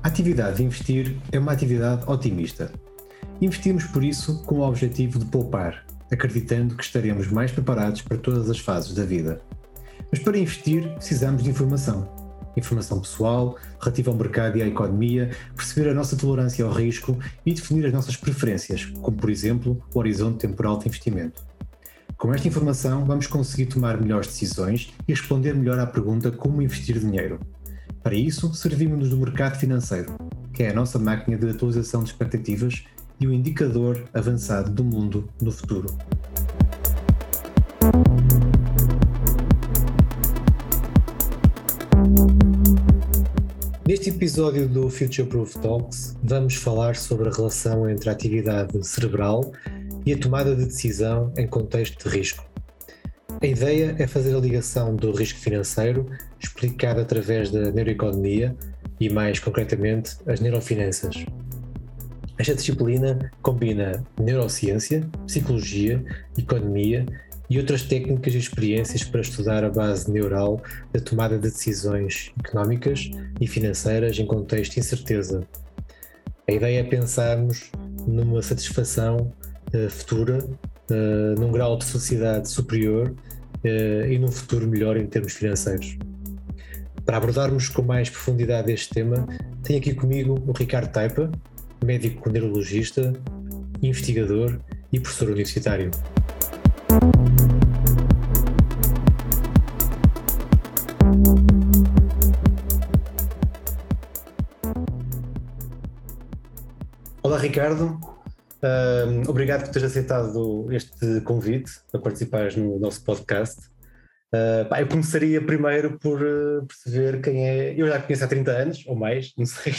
A atividade de investir é uma atividade otimista. Investimos, por isso, com o objetivo de poupar, acreditando que estaremos mais preparados para todas as fases da vida. Mas para investir precisamos de informação. Informação pessoal, relativa ao mercado e à economia, perceber a nossa tolerância ao risco e definir as nossas preferências, como por exemplo o horizonte temporal de investimento. Com esta informação vamos conseguir tomar melhores decisões e responder melhor à pergunta como investir dinheiro. Para isso, servimos-nos do mercado financeiro, que é a nossa máquina de atualização de expectativas e o indicador avançado do mundo no futuro. Neste episódio do Future Proof Talks, vamos falar sobre a relação entre a atividade cerebral e a tomada de decisão em contexto de risco. A ideia é fazer a ligação do risco financeiro, explicado através da neuroeconomia e, mais concretamente, as neurofinanças. Esta disciplina combina neurociência, psicologia, economia e outras técnicas e experiências para estudar a base neural da tomada de decisões económicas e financeiras em contexto de incerteza. A ideia é pensarmos numa satisfação futura, num grau de felicidade superior e num futuro melhor em termos financeiros. Para abordarmos com mais profundidade este tema, tenho aqui comigo o Ricardo Taipa, médico neurologista, investigador e professor universitário. Olá Ricardo, obrigado por teres aceitado este convite para participares no nosso podcast. Eu começaria primeiro por perceber quem é, eu já conheço há 30 anos ou mais, não sei,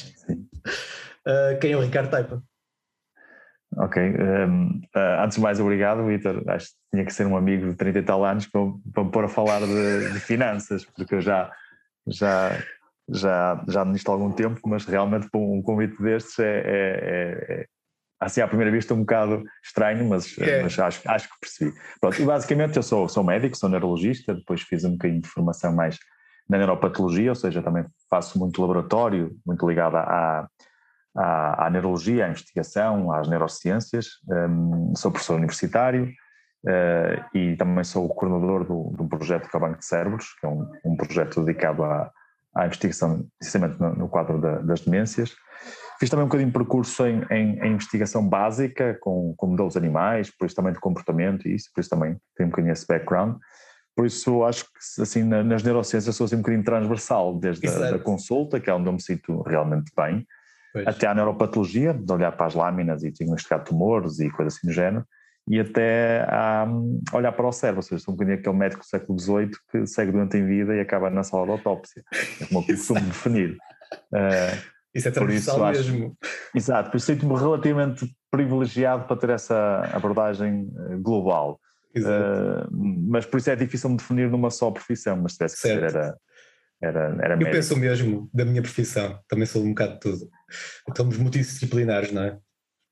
quem é o Ricardo Taipa. Ok, antes de mais obrigado, Vítor. Acho que tinha que ser um amigo de 30 e tal anos para me pôr a falar de finanças, porque eu já nisto há algum tempo, mas realmente um convite destes é assim à primeira vista um bocado estranho, mas acho que percebi. Pronto, e basicamente eu sou médico, sou neurologista, depois fiz um bocadinho de formação mais na neuropatologia, ou seja, também faço muito laboratório, muito ligado à neurologia, à investigação, às neurociências. Sou professor universitário e também sou o coordenador de um projeto que é o Banco de Cérebros, que é um projeto dedicado à investigação, precisamente no quadro das demências. Fiz também um bocadinho de percurso em investigação básica com modelos animais, por isso também de comportamento e isso, por isso também tenho um bocadinho esse background. Por isso acho que assim, nas neurociências sou assim um bocadinho transversal, desde a consulta, que é onde eu me sinto realmente bem, até à neuropatologia, de olhar para as lâminas e diagnosticar tumores e coisas assim do género, e até a olhar para o cérebro, ou seja, sou um bocadinho aquele médico do século XVIII que segue doente em vida e acaba na sala de autópsia, é como eu costumo definir. Isso é transversal mesmo. Exato, por isso sinto-me relativamente privilegiado para ter essa abordagem global. Mas por isso é difícil me definir numa só profissão, mas se tivesse que ser era médico. Eu penso o mesmo da minha profissão, também sou um bocado de tudo. Estamos multidisciplinares, não é?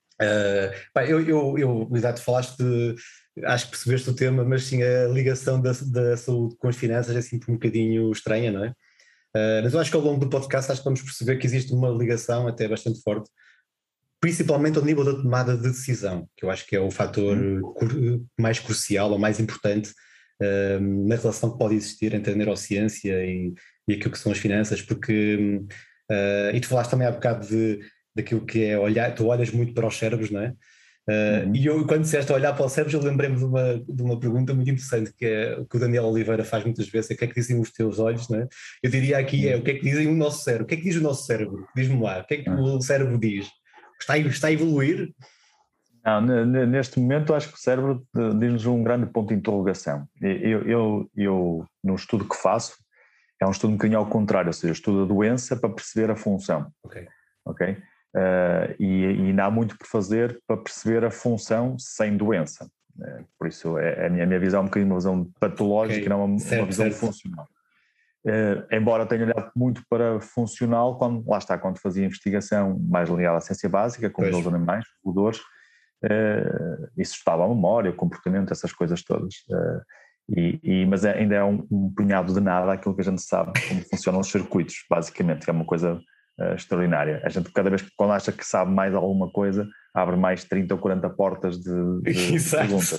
Exato, falaste acho que percebeste o tema, mas sim, a ligação da saúde com as finanças é sempre um bocadinho estranha, não é? Mas eu acho que ao longo do podcast acho que vamos perceber que existe uma ligação até bastante forte, principalmente ao nível da tomada de decisão, que eu acho que é o fator mais crucial ou mais importante na relação que pode existir entre a neurociência e aquilo que são as finanças, porque e tu falaste também há bocado daquilo que é olhar, tu olhas muito para os cérebros, não é? E eu, quando disseste olhar para os cérebros, eu lembrei-me de uma pergunta muito interessante que é o que o Daniel Oliveira faz muitas vezes, é o que é que dizem os teus olhos, não é? Eu diria aqui o que é que dizem o nosso cérebro, o que é que diz o nosso cérebro? Diz-me lá, o que é que o cérebro diz? Está a evoluir? Não, neste momento acho que o cérebro diz-nos um grande ponto de interrogação. Eu no estudo que faço, é um estudo um bocadinho ao contrário, ou seja, estudo a doença para perceber a função. Ok? E ainda há muito por fazer para perceber a função sem doença. Por isso a minha visão é um bocadinho uma visão patológica, não uma visão funcional. Embora tenha olhado muito para funcional, quando fazia investigação mais ligada à ciência básica, como dos animais, roedores, isso estava a memória, o comportamento, essas coisas todas. Mas ainda é um punhado de nada aquilo que a gente sabe como funcionam os circuitos, basicamente, que é uma coisa extraordinária. A gente cada vez que quando acha que sabe mais alguma coisa, abre mais 30 ou 40 portas de perguntas.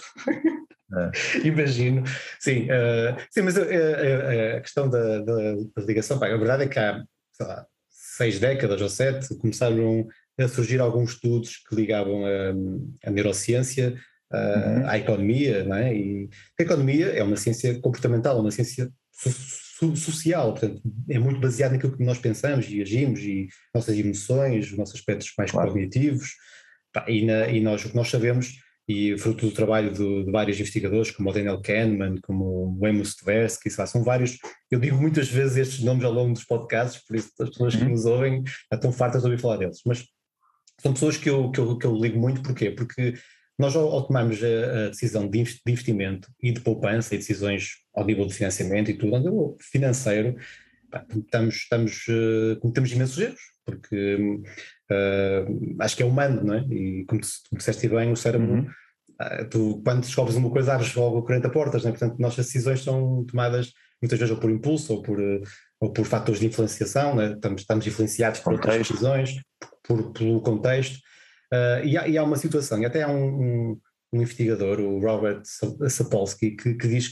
Imagino, sim, sim, mas a questão da ligação, pá, a verdade é que há, sei lá, 6 décadas ou 7 começaram a surgir alguns estudos que ligavam a neurociência à economia, não é? E a economia é uma ciência comportamental, é uma ciência social, portanto é muito baseada naquilo que nós pensamos e agimos e nossas emoções, os nossos aspectos mais cognitivos, pá, e nós, o que nós sabemos, e fruto do trabalho de vários investigadores, como o Daniel Kahneman, como o Amos Tversky, são vários, eu digo muitas vezes estes nomes ao longo dos podcasts, por isso as pessoas que nos ouvem estão fartas de ouvir falar deles, mas são pessoas que eu ligo muito. Porquê? Porque nós ao tomarmos a decisão de investimento e de poupança e decisões ao nível de financiamento e tudo, ao nível financeiro, pá, cometemos imensos erros, porque acho que é humano, não é? E como disseste bem, o cérebro, tu quando descobres uma coisa abres logo 40 portas, não é? Portanto, nossas decisões são tomadas muitas vezes ou por impulso ou por fatores de influenciação, não é? Estamos influenciados por outras decisões, pelo contexto, e há uma situação, e até há um investigador, o Robert Sapolsky, que diz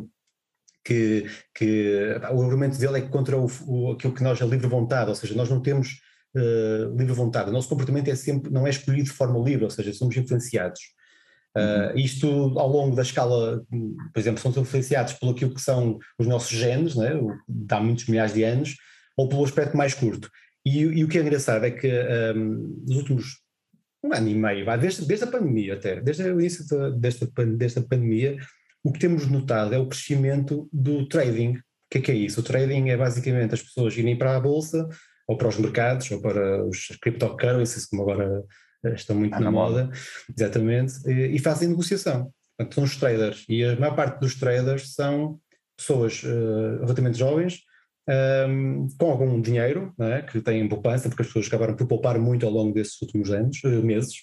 que o argumento dele é que contra aquilo que nós é livre vontade, ou seja, nós não temos livre vontade, o nosso comportamento não é escolhido de forma livre, ou seja, somos influenciados. Isto ao longo da escala, por exemplo, somos influenciados pelo aquilo que são os nossos genes, né, de há muitos milhares de anos, ou pelo aspecto mais curto. E o que é engraçado é que nos últimos 1 ano e meio, desde a pandemia até, desde o início desta pandemia, o que temos notado é o crescimento do trading. O que é isso? O trading é basicamente as pessoas irem para a bolsa, ou para os mercados, ou para os cryptocurrencies, como agora estão muito na moda, exatamente, e fazem negociação. Portanto, são os traders, e a maior parte dos traders são pessoas relativamente jovens, com algum dinheiro, não é? Que têm poupança, porque as pessoas acabaram por poupar muito ao longo desses últimos meses,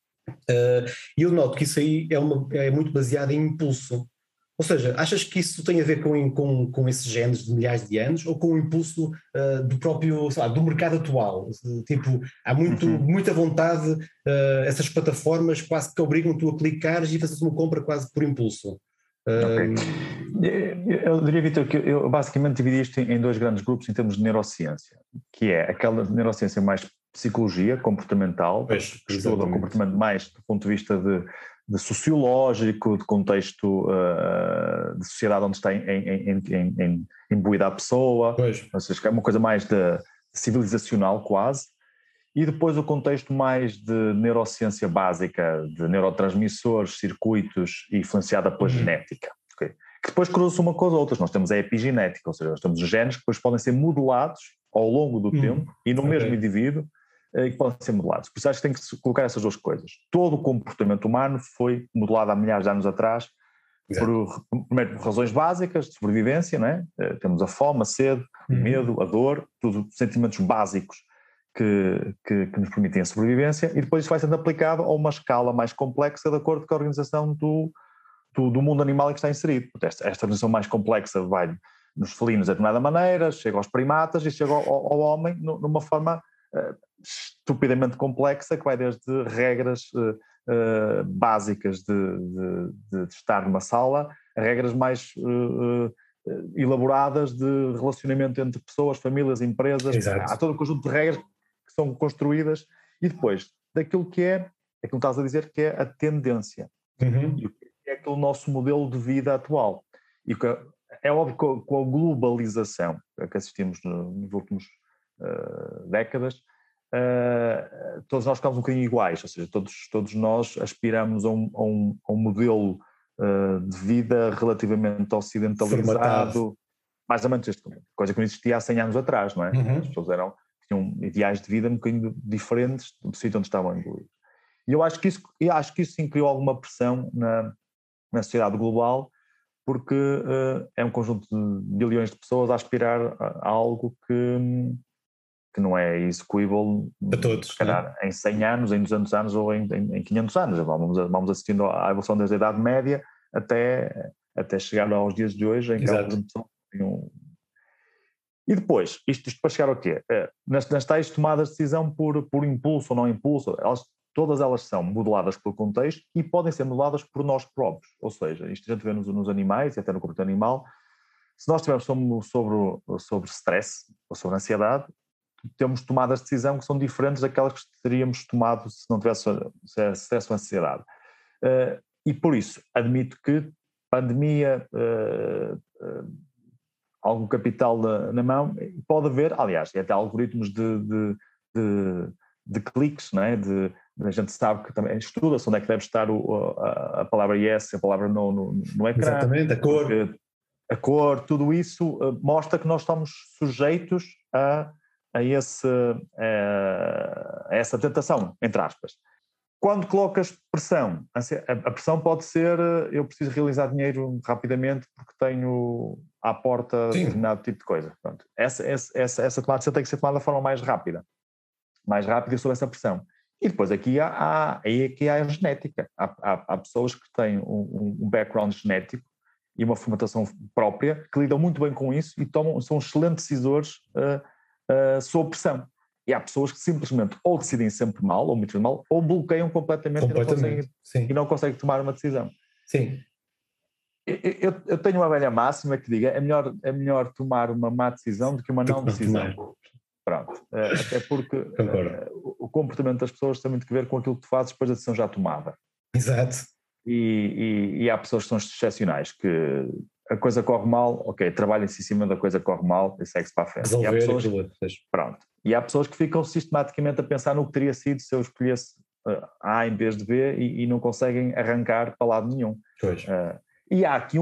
e eu noto que isso aí é muito baseado em impulso. Ou seja, achas que isso tem a ver com esses genes de milhares de anos ou com o impulso do próprio, sei lá, do mercado atual? Tipo, há muita vontade, essas plataformas quase que obrigam tu a clicares e fazes uma compra quase por impulso. Eu diria, Vítor, que eu basicamente dividi isto em 2 grandes grupos em termos de neurociência, que é aquela neurociência mais psicologia comportamental, que estuda o comportamento mais do ponto de vista de sociológico, de contexto de sociedade onde está imbuída a pessoa, ou seja, é uma coisa mais civilizacional quase, e depois o contexto mais de neurociência básica, de neurotransmissores, circuitos, influenciada pela genética, okay? Que depois cruza-se uma com as outras. Nós temos a epigenética, ou seja, nós temos os genes que depois podem ser modulados ao longo do tempo e no mesmo indivíduo, que podem ser modulados. Por isso acho que tem que se colocar essas 2 coisas. Todo o comportamento humano foi modelado há milhares de anos atrás, primeiro por razões básicas de sobrevivência, não é? Temos a fome, a sede, o medo, a dor, tudo sentimentos básicos que nos permitem a sobrevivência, e depois isso vai sendo aplicado a uma escala mais complexa de acordo com a organização do mundo animal em que está inserido. Esta organização mais complexa vai nos felinos de determinada maneira, chega aos primatas e chega ao homem numa forma estupidamente complexa, que vai desde regras básicas de estar numa sala a regras mais elaboradas de relacionamento entre pessoas, famílias, empresas. Há todo um conjunto de regras que são construídas, e depois daquilo que é aquilo que estás a dizer, que é a tendência, e o que é aquele nosso modelo de vida atual. E é óbvio que com a globalização a que assistimos nos últimos décadas, todos nós ficamos um bocadinho iguais, ou seja, todos nós aspiramos a um modelo de vida relativamente ocidentalizado, mais ou menos este, coisa que não existia há 100 anos atrás, não é? As pessoas tinham ideais de vida um bocadinho diferentes do sítio onde estavam incluídos. E eu acho que isso sim criou alguma pressão na sociedade global, porque é um conjunto de bilhões de pessoas a aspirar a algo que não é execuível a todos, se calhar, em 100 anos, em 200 anos ou em 500 anos. Vamos assistindo à evolução desde a Idade Média até chegar aos dias de hoje, em que algumas pessoas E depois, isto para chegar ao quê? Nas tais tomadas de decisão por impulso ou não impulso, todas elas são modeladas pelo contexto e podem ser modeladas por nós próprios. Ou seja, isto a gente vê nos animais e até no comportamento animal. Se nós estivermos sobre stress ou sobre ansiedade, temos tomadas de decisão que são diferentes daquelas que teríamos tomado se não tivesse stress ou ansiedade. E por isso, admito que pandemia, algum capital na mão, pode haver, aliás, até algoritmos de cliques, não é? A gente sabe que também estuda-se onde é que deve estar a palavra yes, a palavra no ecrã. Exatamente, a cor, tudo isso mostra que nós estamos sujeitos a essa tentação, entre aspas. Quando colocas pressão, a pressão pode ser eu preciso realizar dinheiro rapidamente porque tenho à porta determinado tipo de coisa. Pronto. Essa tomada de decisão tem que ser tomada de forma mais rápida sob essa pressão. E depois aqui há a genética. Há pessoas que têm um background genético e uma formatação própria que lidam muito bem com isso e são excelentes decisores sob pressão. E há pessoas que simplesmente ou decidem sempre mal, ou muito mal, ou bloqueiam completamente. E não conseguem tomar uma decisão. Sim. Eu tenho uma velha máxima que diga é melhor tomar uma má decisão do que uma não decisão. Pronto. Até porque o comportamento das pessoas tem muito a ver com aquilo que tu fazes depois da decisão já tomada. Exato. E há pessoas que são excepcionais, que a coisa corre mal, ok, trabalhem-se em cima da coisa que corre mal e segue-se para a frente. E há pessoas que ficam sistematicamente a pensar no que teria sido se eu escolhesse A em vez de B e não conseguem arrancar para lado nenhum. E há aqui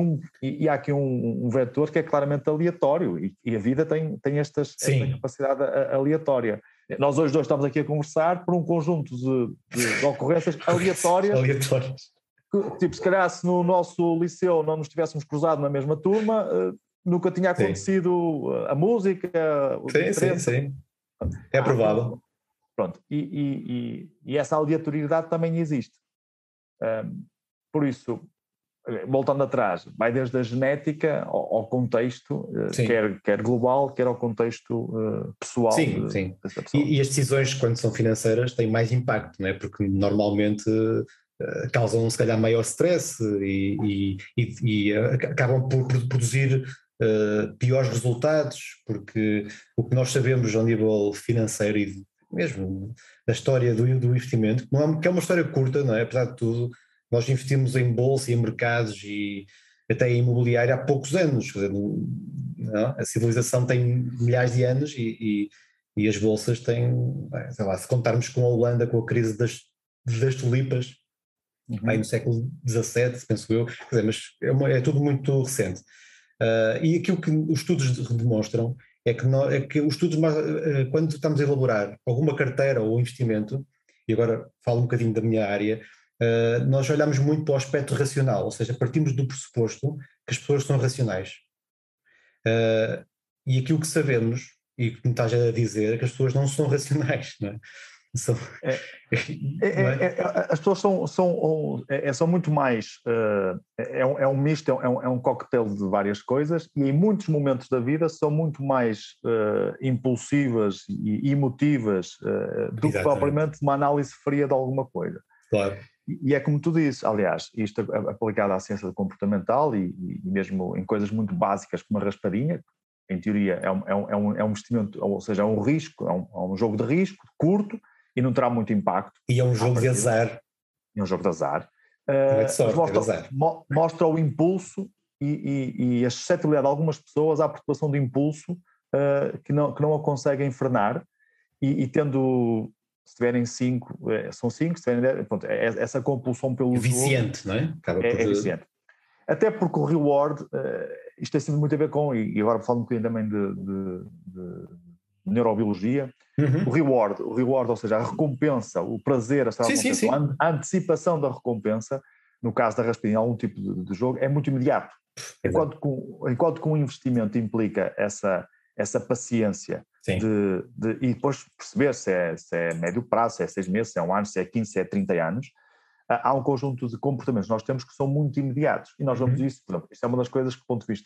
um vetor que é claramente aleatório e a vida tem esta capacidade aleatória. Nós hoje dois estamos aqui a conversar por um conjunto de ocorrências aleatórias. Tipo, se calhar se no nosso liceu não nos tivéssemos cruzado na mesma turma, nunca tinha acontecido a música. Sim. É provável. Pronto. E essa aleatoriedade também existe. Por isso, voltando atrás, vai desde a genética ao contexto, quer global, quer ao contexto pessoal. Sim. E as decisões, quando são financeiras, têm mais impacto, não é? Porque normalmente causam, se calhar, maior stress e acabam por produzir piores resultados, porque o que nós sabemos ao nível financeiro e mesmo da história do investimento, que é uma história curta, não é? Apesar de tudo, nós investimos em bolsa e em mercados e até em imobiliário há poucos anos. Quer dizer, a civilização tem milhares de anos e as bolsas têm, sei lá, se contarmos com a Holanda, com a crise das tulipas, aí no século XVII, penso eu, quer dizer, mas é tudo muito recente. E aquilo que os estudos demonstram é que os estudos, quando estamos a elaborar alguma carteira ou investimento, e agora falo um bocadinho da minha área, nós olhamos muito para o aspecto racional, ou seja, partimos do pressuposto que as pessoas são racionais. E aquilo que sabemos, e que me estás a dizer, é que as pessoas não são racionais, não é? As pessoas são muito mais, é um misto, é um coquetel de várias coisas e em muitos momentos da vida são muito mais impulsivas e emotivas do que propriamente uma análise fria de alguma coisa. Claro. E é como tu dizes, aliás, isto aplicado à ciência comportamental e mesmo em coisas muito básicas como a raspadinha, em teoria é um investimento, ou seja, é um risco, é um jogo de risco curto, e não terá muito impacto. E é um jogo de azar. É um jogo de azar. Não é de sorte, mostra o impulso e a suscetibilidade de algumas pessoas à perturbação do impulso que não a conseguem frenar e tendo, se tiverem 5, são 5, se tiverem 10, pronto, essa compulsão pelo jogo. Viciante, não é? É viciante. Até porque o reward, isto tem sempre muito a ver com, e agora falo um bocadinho também de neurobiologia, o reward, ou seja, a recompensa, o prazer, a antecipação da recompensa, no caso da raspadinha, algum tipo de jogo, é muito imediato. Enquanto que um investimento implica essa paciência e depois perceber se é médio prazo, se é 6 meses, se é 1 ano, se é 15, se é 30 anos, há um conjunto de comportamentos que nós temos que são muito imediatos e nós vamos isso, por exemplo, isto é uma das coisas que do ponto de vista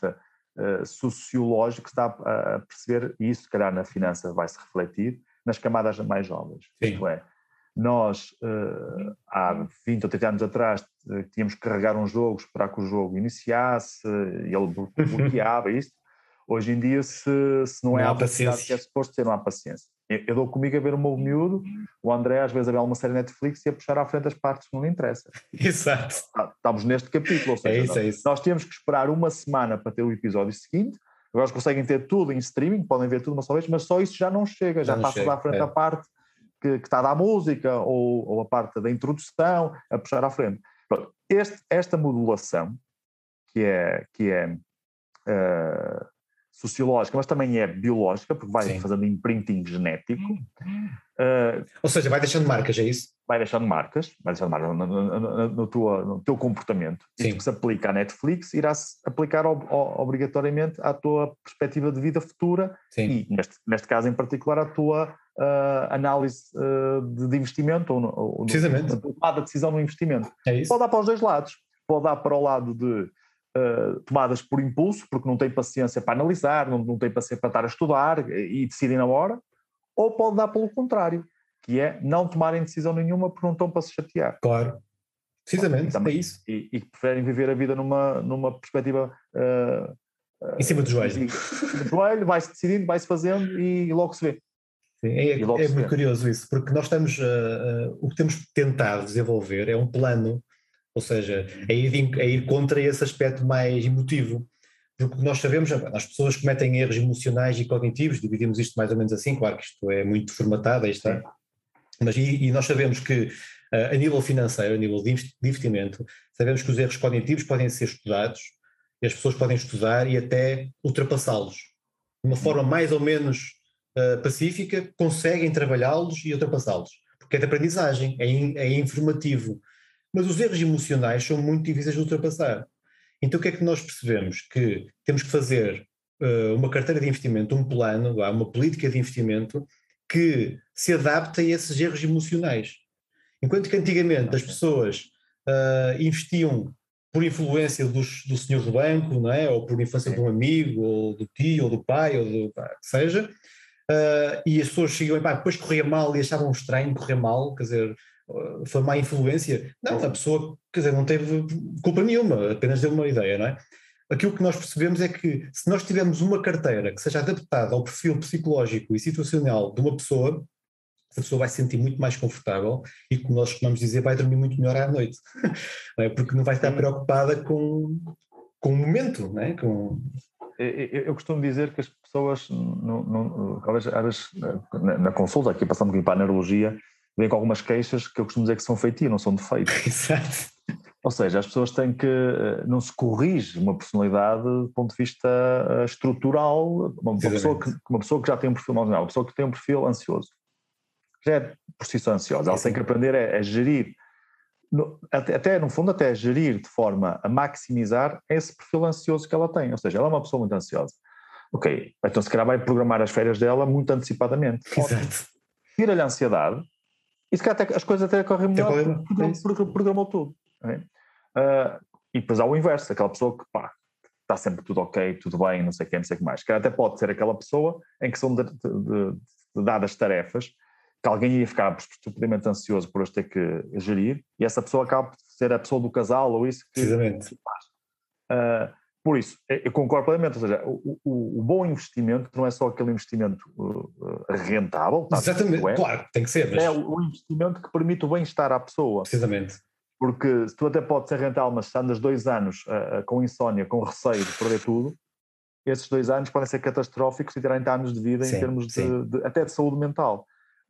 sociológico que está a perceber, e isso, se calhar, na finança vai-se refletir nas camadas mais jovens. Sim. Isto é, nós, há 20 ou 30 anos atrás, tínhamos que carregar um jogo, esperar que o jogo iniciasse, e ele bloqueava isto. Hoje em dia, se não é a velocidade que é suposto ser, não há paciência. Eu dou comigo a ver o meu miúdo, o André às vezes a ver uma série Netflix e a puxar à frente as partes que não lhe interessam. Exato. Estamos neste capítulo, ou seja, isso. Nós temos que esperar uma semana para ter o episódio seguinte. Agora eles conseguem ter tudo em streaming, podem ver tudo uma só vez, mas só isso já não chega, já passas à frente a parte que está a dar música ou a parte da introdução, a puxar à frente. Pronto, esta modulação, que é sociológica, mas também é biológica, porque vai fazendo imprinting genético. Ou seja, vai deixando marcas, é isso? Vai deixando marcas no teu comportamento. Isto que se aplica à Netflix irá-se aplicar obrigatoriamente à tua perspectiva de vida futura. Sim. E, neste caso em particular, à tua análise de investimento ou precisamente. na tomada de decisão no investimento. É isso. Pode dar para os dois lados. Pode dar para o lado de tomadas por impulso, porque não tem paciência para analisar, não tem paciência para estar a estudar e decidem na hora, ou pode dar pelo contrário, que é não tomarem decisão nenhuma porque não estão para se chatear. Claro, precisamente, é isso. E preferem viver a vida numa perspectiva... em cima do joelho. Vai-se decidindo, vai-se fazendo e logo se vê. Sim, é muito curioso isso, porque nós estamos... o que temos tentado desenvolver é um plano, ou seja, é ir contra esse aspecto mais emotivo. Porque nós sabemos, as pessoas cometem erros emocionais e cognitivos, dividimos isto mais ou menos assim, claro que isto é muito formatado, aí está. Mas e nós sabemos que a nível financeiro, a nível de investimento, sabemos que os erros cognitivos podem ser estudados, e as pessoas podem estudar e até ultrapassá-los. De uma forma mais ou menos pacífica, conseguem trabalhá-los e ultrapassá-los. Porque é de aprendizagem, é informativo. Mas os erros emocionais são muito difíceis de ultrapassar. Então o que é que nós percebemos? Que temos que fazer uma carteira de investimento, um plano, uma política de investimento que se adapte a esses erros emocionais. Enquanto que antigamente as pessoas investiam por influência do senhor do banco, não é? Ou por influência de um amigo, ou do tio, ou do pai, ou do que seja, e as pessoas chegam e depois corria mal e achavam estranho correr mal, quer dizer, foi má influência. Não, a pessoa, quer dizer, não teve culpa nenhuma, apenas deu uma ideia, não é? Aquilo que nós percebemos é que se nós tivermos uma carteira que seja adaptada ao perfil psicológico e situacional de uma pessoa, essa pessoa vai se sentir muito mais confortável e, como nós costumamos dizer, vai dormir muito melhor à noite, não é? Porque não vai estar preocupada com o momento, não é? Eu costumo dizer que as pessoas, às vezes, na consulta, aqui passando um pouquinho para a neurologia, vêm com algumas queixas que eu costumo dizer que são feitiço, não são defeitos. Exato. Ou seja, as pessoas têm que... Não se corrige uma personalidade do ponto de vista estrutural. Uma pessoa que já tem um perfil, uma pessoa que tem um perfil ansioso, já é por si só ansiosa. Ela tem que aprender a gerir, até no fundo, até a gerir de forma a maximizar esse perfil ansioso que ela tem. Ou seja, ela é uma pessoa muito ansiosa. Ok, então se calhar vai programar as férias dela muito antecipadamente. Exato. Tira-lhe a ansiedade e se calhar as coisas até correm melhor porque programou tudo. Okay? E depois há o inverso, aquela pessoa que está sempre tudo ok, tudo bem, não sei o que, não sei o que mais. Que até pode ser aquela pessoa em que são dadas tarefas que alguém ia ficar estupidamente ansioso por as ter que gerir e essa pessoa acaba por ser a pessoa do casal ou isso que precisamente faz. Por isso, eu concordo plenamente, ou seja, o bom investimento não é só aquele investimento rentável. Exatamente, claro, tem que ser. Mas... é o investimento que permite o bem-estar à pessoa. Precisamente. Porque tu até pode ser rentável, mas se andas 2 anos com insónia, com receio de perder tudo, esses 2 anos podem ser catastróficos e 30 anos de vida em termos até de saúde mental.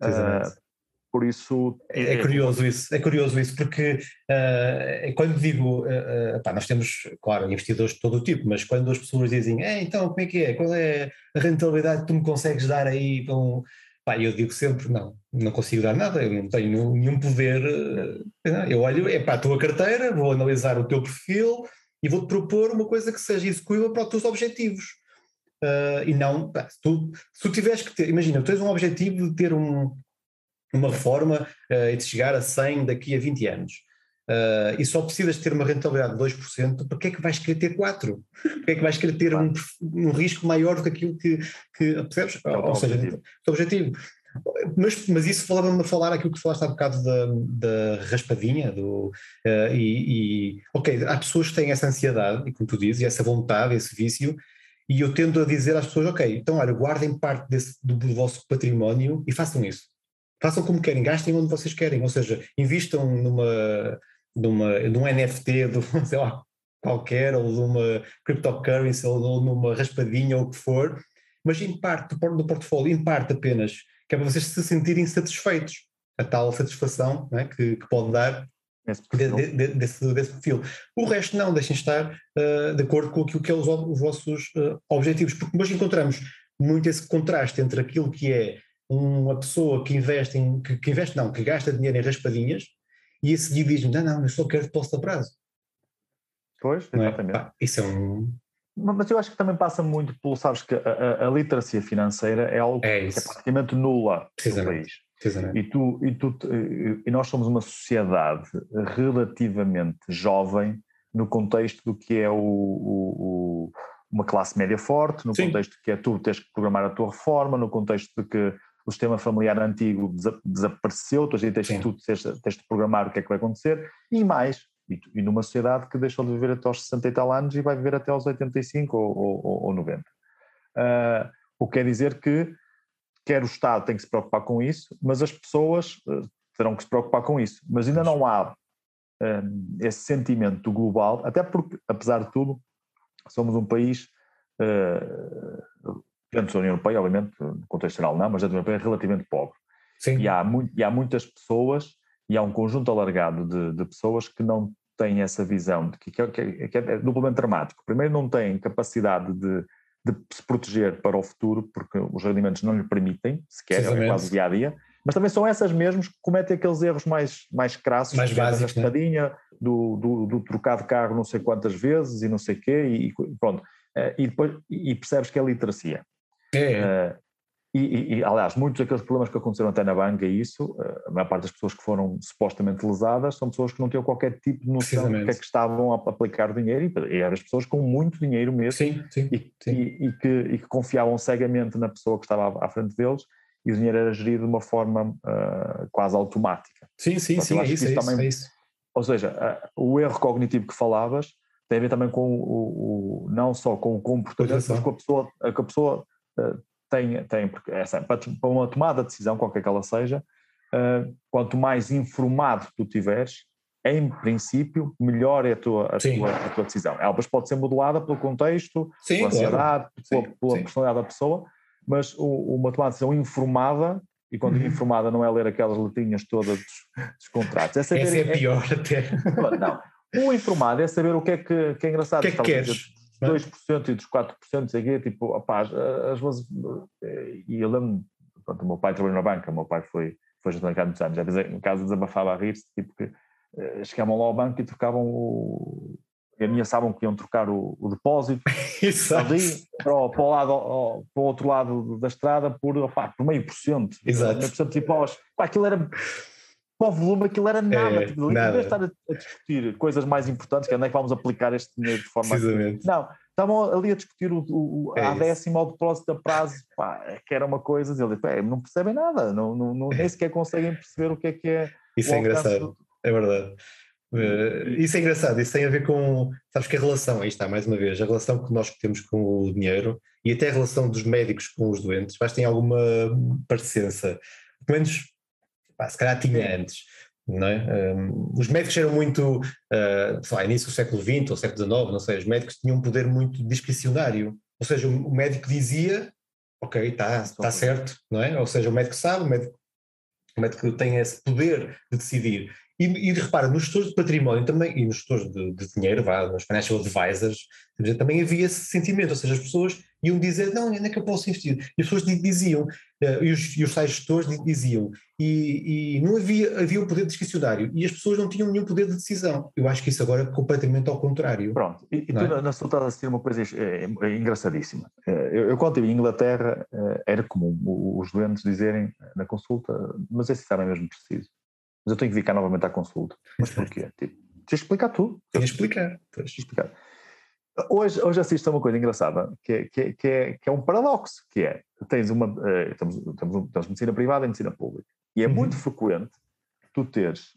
Por isso... É curioso isso, porque quando digo, nós temos, claro, investidores de todo o tipo, mas quando as pessoas dizem, então como é que é? Qual é a rentabilidade que tu me consegues dar aí? Eu digo sempre, não consigo dar nada, eu não tenho nenhum poder. Eu olho, a tua carteira, vou analisar o teu perfil e vou-te propor uma coisa que seja execuível para os teus objetivos. E não, se tu tiveres que ter, imagina, tu tens um objetivo de ter uma reforma e de chegar a 100 daqui a 20 anos. e só precisas ter uma rentabilidade de 2%, para que é que vais querer ter 4%? Para que é que vais querer ter um risco maior do que aquilo que percebes? Ou seja, o objetivo. Mas isso falava-me a falar aquilo que tu falaste há bocado da raspadinha, ok, há pessoas que têm essa ansiedade, e como tu dizes, essa vontade, esse vício, e eu tendo a dizer às pessoas, ok, então olha, guardem parte do vosso património e façam isso. Façam como querem, gastem onde vocês querem, ou seja, invistam num NFT, sei lá, qualquer, ou numa cryptocurrency, ou numa raspadinha, ou o que for, mas em parte do portfólio, em parte apenas, que é para vocês se sentirem satisfeitos, a tal satisfação, não é, que pode dar desse perfil. O resto não, deixem estar de acordo com aquilo que é os vossos objetivos, porque nós encontramos muito esse contraste entre aquilo que é uma pessoa que investe que gasta dinheiro em raspadinhas e a seguir diz-me, não, eu só quero depósito a prazo. Pois, exatamente. Isso é Mas eu acho que também passa muito pelo, sabes que a literacia financeira é algo que é praticamente nula no país. E nós somos uma sociedade relativamente jovem no contexto do que é uma classe média forte, no contexto que é tu tens que programar a tua reforma, no contexto de que o sistema familiar antigo desapareceu, tu tens de programar o que é que vai acontecer, e mais, e numa sociedade que deixou de viver até aos 60 e tal anos e vai viver até aos 85 ou 90. O que quer dizer que quer o Estado tem que se preocupar com isso, mas as pessoas terão que se preocupar com isso. Mas ainda não há esse sentimento global, até porque, apesar de tudo, somos um país, dentro da União Europeia, obviamente, no contexto geral não, mas dentro da União Europeia, relativamente pobre. E há muitas pessoas, e há um conjunto alargado de pessoas que não têm essa visão, de que é duplamente dramático. Primeiro, não têm capacidade de se proteger para o futuro, porque os rendimentos não lhe permitem, sequer, é quase o dia-a-dia, mas também são essas mesmas que cometem aqueles erros mais crassos, mais básicos, da raspadinha, do trocar de carro não sei quantas vezes e não sei o quê, e pronto. E depois percebes que é literacia. Aliás, muitos daqueles problemas que aconteceram até na banca, a maior parte das pessoas que foram supostamente lesadas são pessoas que não tinham qualquer tipo de noção do que é que estavam a aplicar dinheiro, e eram as pessoas com muito dinheiro mesmo, e que confiavam cegamente na pessoa que estava à frente deles, e o dinheiro era gerido de uma forma quase automática. Sim, é isso. Ou seja, o erro cognitivo que falavas tem a ver também com não só com o comportamento, mas com a pessoa tem, porque para uma tomada de decisão, qualquer que ela seja, quanto mais informado tu tiveres, em princípio, melhor é a tua decisão. Ela depois pode ser modulada pelo contexto, pela ansiedade, pela personalidade da pessoa, mas uma tomada de decisão informada, e quando digo informada não é ler aquelas letrinhas todas dos contratos. Essa é pior até. Não, o informado é saber o que é engraçado. O que é que queres? 2% e dos 4%, sei quê, tipo, opá, às vezes, e eu lembro-me, o meu pai trabalhou na banca, o meu pai foi ajudante há muitos anos, às vezes em casa desabafava a rir-se, tipo que chegavam lá ao banco e trocavam e ameaçavam que iam trocar o depósito ali para o outro lado da estrada por meio por cento. Exato. Meio por cento, tipo, aquilo era... Para o volume aquilo era nada, em vez de estar a discutir coisas mais importantes, que é onde é que vamos aplicar este dinheiro de forma... Não, estavam ali a discutir a décima ao depósito a prazo, que era uma coisa, e ele não percebem nada, nem sequer conseguem perceber o que é... Isso é engraçado, é verdade. Isso é engraçado, isso tem a ver com, sabes que a relação, aí está, mais uma vez, a relação que nós temos com o dinheiro e até a relação dos médicos com os doentes, tem alguma parecença, pelo menos... se calhar tinha antes, não é? Os médicos eram muito, sei lá, início do século XX ou século XIX, não sei, os médicos tinham um poder muito discricionário, ou seja, o médico dizia, ok, está certo, não é? Ou seja, o médico sabe, o médico tem esse poder de decidir. E repara, nos gestores de património também, e nos gestores de dinheiro, nos financial advisors, também havia esse sentimento, ou seja, as pessoas iam dizer, não, onde é que eu posso investir? E as pessoas diziam, e os tais gestores diziam, e não havia um poder discricionário, e as pessoas não tinham nenhum poder de decisão. Eu acho que isso agora é completamente ao contrário. Pronto, e tu na sua estás a assistir uma coisa engraçadíssima. Eu quando estive em Inglaterra, era comum os doentes dizerem na consulta, mas esse era mesmo preciso. mas eu tenho que vir cá novamente à consulta. Mas porquê? Tipo, tens de explicar tudo. Tens de explicar. Hoje assisto a uma coisa engraçada, que é um paradoxo, que é, temos medicina privada e medicina pública, e é muito frequente tu teres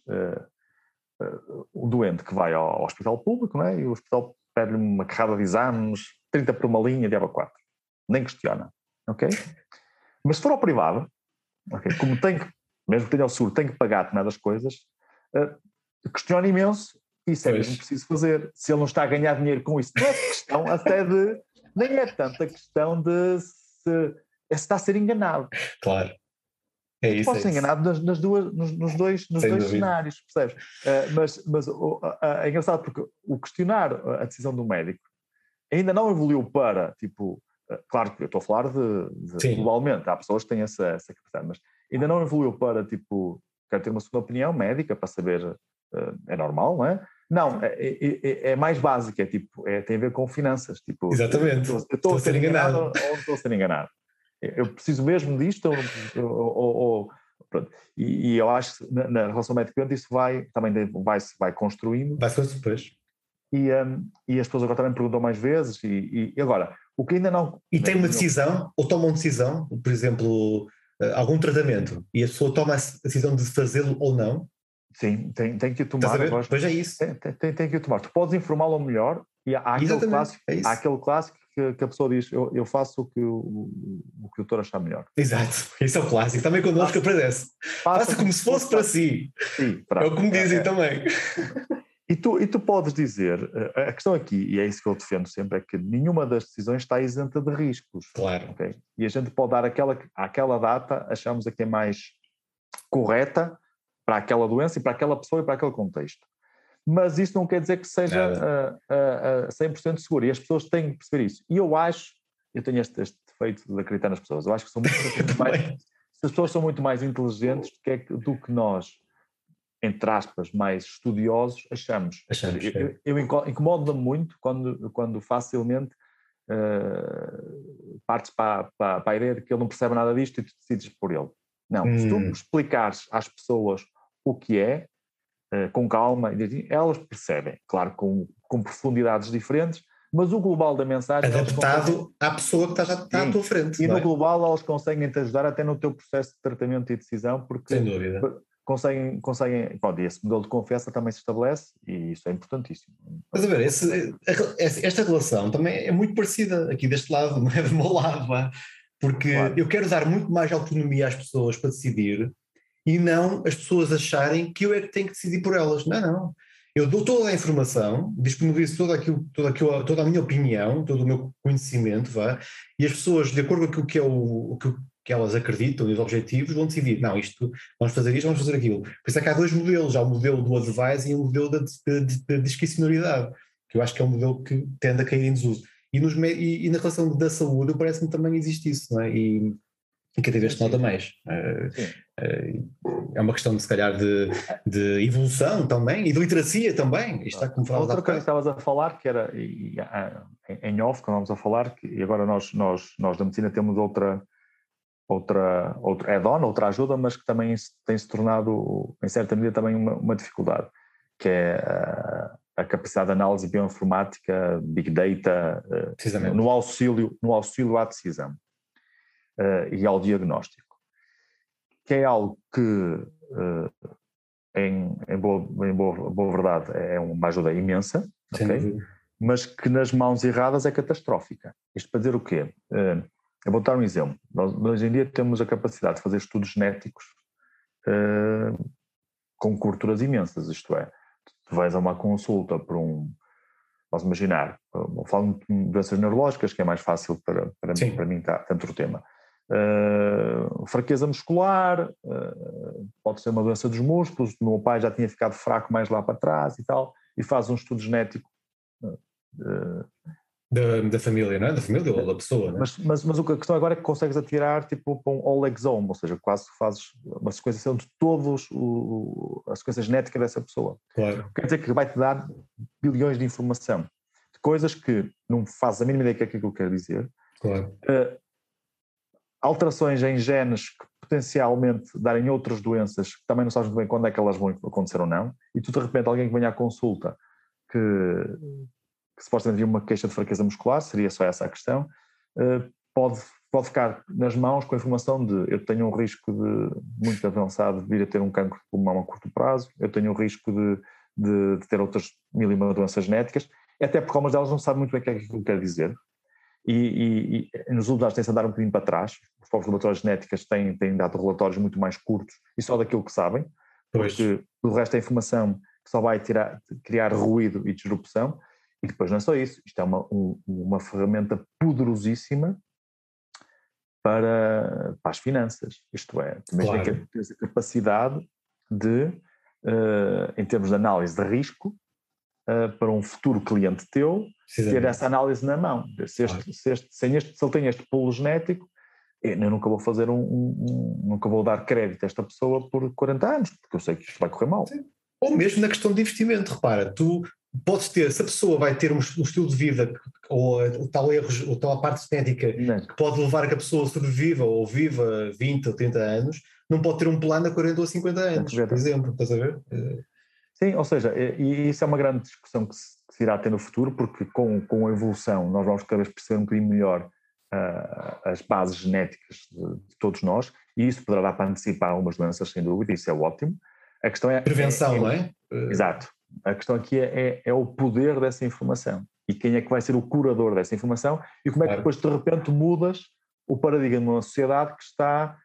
o doente que vai ao hospital público, não é? E o hospital pede-lhe uma carrada de exames, 30 por uma linha de ABA4, nem questiona, ok? Mas se for ao privado, okay, como mesmo que tenha o seguro, tem que pagar determinadas coisas, questiona imenso. Isso é mesmo preciso fazer. Se ele não está a ganhar dinheiro com isso, não é questão até de... Nem é tanta questão de se está a ser enganado. Claro. É isso. Pode ser enganado nos dois cenários, percebes? Mas é engraçado porque o questionar a decisão do médico ainda não evoluiu para, tipo... Claro que eu estou a falar de globalmente, há pessoas que têm essa capacidade, mas ainda não evoluiu para, tipo, quero ter uma segunda opinião médica para saber... é normal, não é? Não, é mais básico, tem a ver com finanças. Tipo, exatamente. Eu estou a ser enganado ou não estou a ser enganado? Eu preciso mesmo disto? Pronto. E eu acho que na relação médico-doente isso vai construindo. Vai-se depois. E as pessoas agora também perguntam mais vezes. E agora, o que ainda não... E tem uma decisão, ou toma uma decisão, por exemplo, algum tratamento, e a pessoa toma a decisão de fazê-lo ou não. Sim, tem que o tomar. Pois é isso. Tem que o tomar. Tu podes informá-lo melhor e há aquele clássico que a pessoa diz, eu faço o que o doutor achar melhor. Exato, isso é o clássico. Também connosco aparece. Faça como se fosse para si. Sim, é o que me dizem também. E tu podes dizer, a questão aqui, e é isso que eu defendo sempre, é que nenhuma das decisões está isenta de riscos. Claro. Okay? E a gente pode dar aquela data, achamos a que é mais correta para aquela doença e para aquela pessoa e para aquele contexto. Mas isso não quer dizer que seja 100% seguro, e as pessoas têm que perceber isso. E eu tenho este defeito de acreditar nas pessoas, eu acho que se as pessoas são muito mais inteligentes do que nós, entre aspas, mais estudiosos, achamos. Eu incomodo-me muito quando facilmente partes para a ideia de que ele não percebe nada disto e tu decides por ele. Não, se tu explicares às pessoas o que é, com calma, elas percebem, claro, com profundidades diferentes, mas o global da mensagem... Adaptado à pessoa que está à tua frente. E no global elas conseguem te ajudar até no teu processo de tratamento e decisão, porque... Sem dúvida. Conseguem pronto, e esse modelo de confiança também se estabelece e isso é importantíssimo. Mas a ver, esta relação também é muito parecida aqui deste lado, não é do meu lado, porque eu quero dar muito mais autonomia às pessoas para decidir e não as pessoas acharem que eu é que tenho que decidir por elas. Não. Eu dou toda a informação, disponibilizo toda a minha opinião, todo o meu conhecimento, e as pessoas, de acordo com aquilo que elas acreditam e os objetivos, vão decidir, não, vamos fazer isto, vamos fazer aquilo. Por isso é que há dois modelos, há o modelo do advice e o modelo da discricionariedade, que eu acho que é um modelo que tende a cair em desuso. E na relação da saúde, parece-me que também existe isso, não é? E cada vez se nota mais. É uma questão, se calhar, de evolução também, e de literacia também. Isto está como falar. Outra coisa que estavas a falar, que era, em off, quando vamos a falar, e agora nós da medicina temos outra add-on, outra ajuda, mas que também tem se tornado, em certa medida, também uma dificuldade, que é a capacidade de análise bioinformática, Big Data, no auxílio à decisão e ao diagnóstico, que é algo que, em boa verdade, é uma ajuda imensa, okay? Mas que nas mãos erradas é catastrófica. Isto para dizer o quê? Eu vou dar um exemplo. Nós hoje em dia temos a capacidade de fazer estudos genéticos com coberturas imensas, isto é, tu vais a uma consulta por posso imaginar, vou falar de doenças neurológicas, que é mais fácil para mim tanto o tema. Fraqueza muscular, pode ser uma doença dos músculos, o meu pai já tinha ficado fraco mais lá para trás e tal, e faz um estudo genético da família, não é? Da família ou da pessoa, não é? Mas a questão agora é que consegues atirar tipo para um whole exome, ou seja, quase fazes uma sequenciação de todos a sequência genética dessa pessoa. Claro. Quer dizer que vai-te dar bilhões de informação, de coisas que não fazes a mínima ideia do que é que aquilo quer dizer. Claro. Alterações em genes que potencialmente darem outras doenças que também não sabes muito bem quando é que elas vão acontecer ou não, e tu de repente alguém que venha à consulta que supostamente havia uma queixa de fraqueza muscular, seria só essa a questão, pode ficar nas mãos com a informação de eu tenho um risco de muito avançado de vir a ter um cancro de pulmão a curto prazo, eu tenho um risco de ter outras 1000 doenças genéticas, até porque algumas delas não sabem muito bem o que é que aquilo quer dizer. E nos últimos anos tem-se andado um bocadinho para trás, os próprios laboratórios genéticos têm dado relatórios muito mais curtos e só daquilo que sabem, porque o resto é informação que só vai criar ruído e disrupção, e depois não é só isso, isto é uma ferramenta poderosíssima para as finanças, isto é, imagina que tens a capacidade de, em termos de análise de risco, para um futuro cliente teu, ter essa análise na mão. Se ele tem este pulo genético, eu nunca vou fazer nunca vou dar crédito a esta pessoa por 40 anos, porque eu sei que isto vai correr mal. Sim. Ou mesmo na questão de investimento, repara, tu podes ter, se a pessoa vai ter um estilo de vida ou tal erros, ou tal parte genética que pode levar a que a pessoa sobreviva ou viva 20 ou 30 anos, não pode ter um plano a 40 ou 50 anos, por exemplo, estás a ver? Sim, ou seja, e isso é uma grande discussão que se irá ter no futuro, porque com a evolução nós vamos cada vez perceber um bocadinho melhor as bases genéticas de todos nós, e isso poderá dar para antecipar algumas doenças, sem dúvida, isso é ótimo. A questão é... Prevenção, não é? Exato. A questão aqui é o poder dessa informação, e quem é que vai ser o curador dessa informação, e como é que depois de repente mudas o paradigma de uma sociedade que está...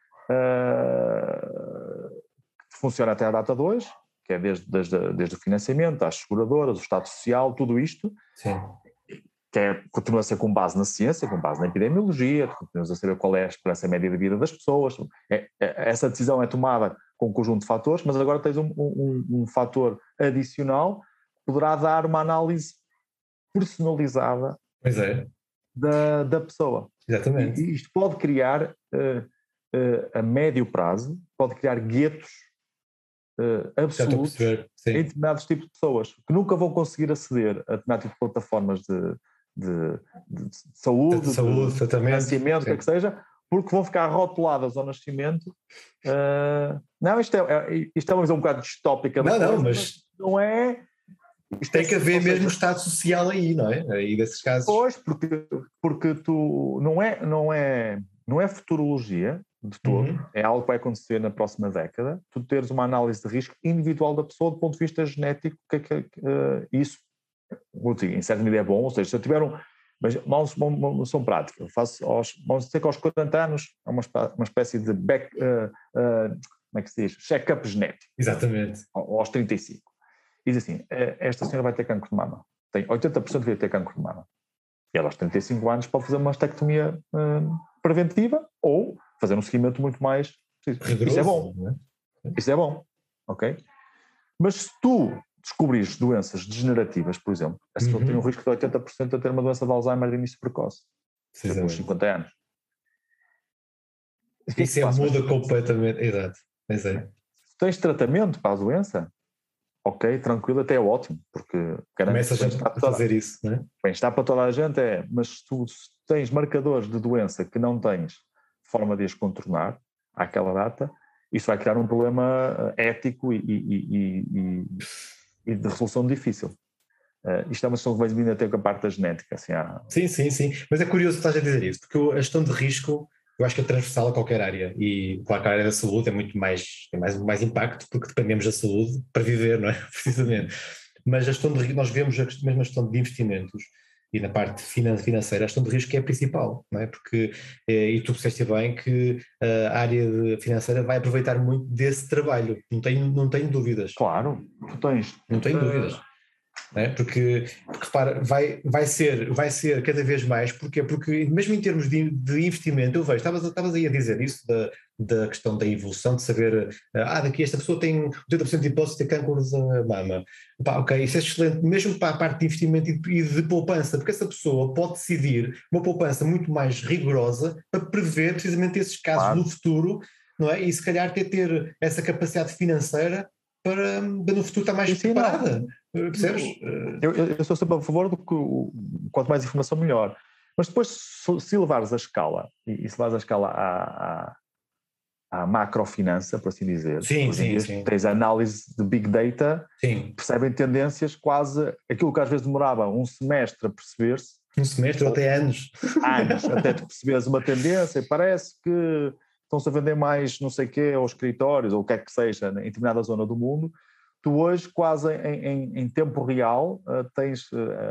que funciona até à data de hoje, que é desde o financiamento, às seguradoras, o Estado Social, tudo isto, sim, que continua a ser com base na ciência, com base na epidemiologia, continuamos a saber qual é a esperança média de vida das pessoas. Essa decisão é tomada com um conjunto de fatores, mas agora tens um fator adicional que poderá dar uma análise personalizada da pessoa. Exatamente. E isto pode criar, a médio prazo, pode criar guetos absolutos em determinados tipos de pessoas que nunca vão conseguir aceder a determinados tipos de plataformas de saúde, de financiamento, o que seja, porque vão ficar rotuladas ao nascimento. Não, isto é uma visão um bocado distópica da coisa, mas não é... Tem que haver mesmo Estado Social aí, não é? Aí desses casos. Pois, porque tu não é futurologia de todo, é algo que vai acontecer na próxima década, tu teres uma análise de risco individual da pessoa do ponto de vista genético, isso, em certa medida é bom, ou seja, se eu tiver mas uma noção prática, vamos dizer que aos 40 anos é uma espécie de como é que se diz? Check-up genético. Exatamente. Aos 35. Diz assim, esta senhora vai ter cancro de mama, tem 80% de ter cancro de mama, e ela aos 35 anos pode fazer uma mastectomia preventiva ou fazer um seguimento muito mais rigoroso. Isso é bom, não é? Isso é bom, ok? Mas se tu descobrires doenças degenerativas, por exemplo, essa pessoa tem um risco de 80% de ter uma doença de Alzheimer de início precoce, depois de 50 anos. Isso muda completamente, exato. Se tens tratamento para a doença, ok, tranquilo, até é ótimo, porque começa a gente a fazer isso, não é? Bem, está para toda a gente, mas se tu tens marcadores de doença que não tens forma de as contornar àquela data, isso vai criar um problema ético e de resolução difícil. Isto é uma questão que vai vindo até com a parte da genética. Assim, Sim, mas é curioso que estás a dizer isso, porque a gestão de risco eu acho que é transversal a qualquer área, e claro que a área da saúde tem mais impacto, porque dependemos da saúde para viver, não é? Precisamente. Mas a gestão de risco, nós vemos mesmo a gestão de investimentos e na parte financeira, a gestão de risco é a principal, não é? Porque, e tu disseste bem que a área financeira vai aproveitar muito desse trabalho, não tenho dúvidas. Claro, tu tens. Não tenho dúvidas. Não é? Porque repara, vai ser cada vez mais, porque mesmo em termos de investimento, eu vejo, estavas aí a dizer isso da questão da evolução, de saber, daqui esta pessoa tem 80% de hipótese de ter cancro de mama. Ok, isso é excelente, mesmo para a parte de investimento e de poupança, porque essa pessoa pode decidir uma poupança muito mais rigorosa para prever precisamente esses casos no futuro, não é? E se calhar ter essa capacidade financeira para no futuro estar mais preparada. Percebes? Eu sou sempre a favor do que quanto mais informação melhor. Mas depois, se levares a escala, e se levares a escala à macrofinança, por assim dizer. Sim. Tens a análise de Big Data, percebem tendências quase, aquilo que às vezes demorava um semestre a perceber-se. Um semestre ou até anos. Anos, até tu perceberes uma tendência, parece que estão-se a vender mais não sei o quê, aos escritórios, ou o que é que seja, em determinada zona do mundo. Tu hoje, quase em tempo real, tens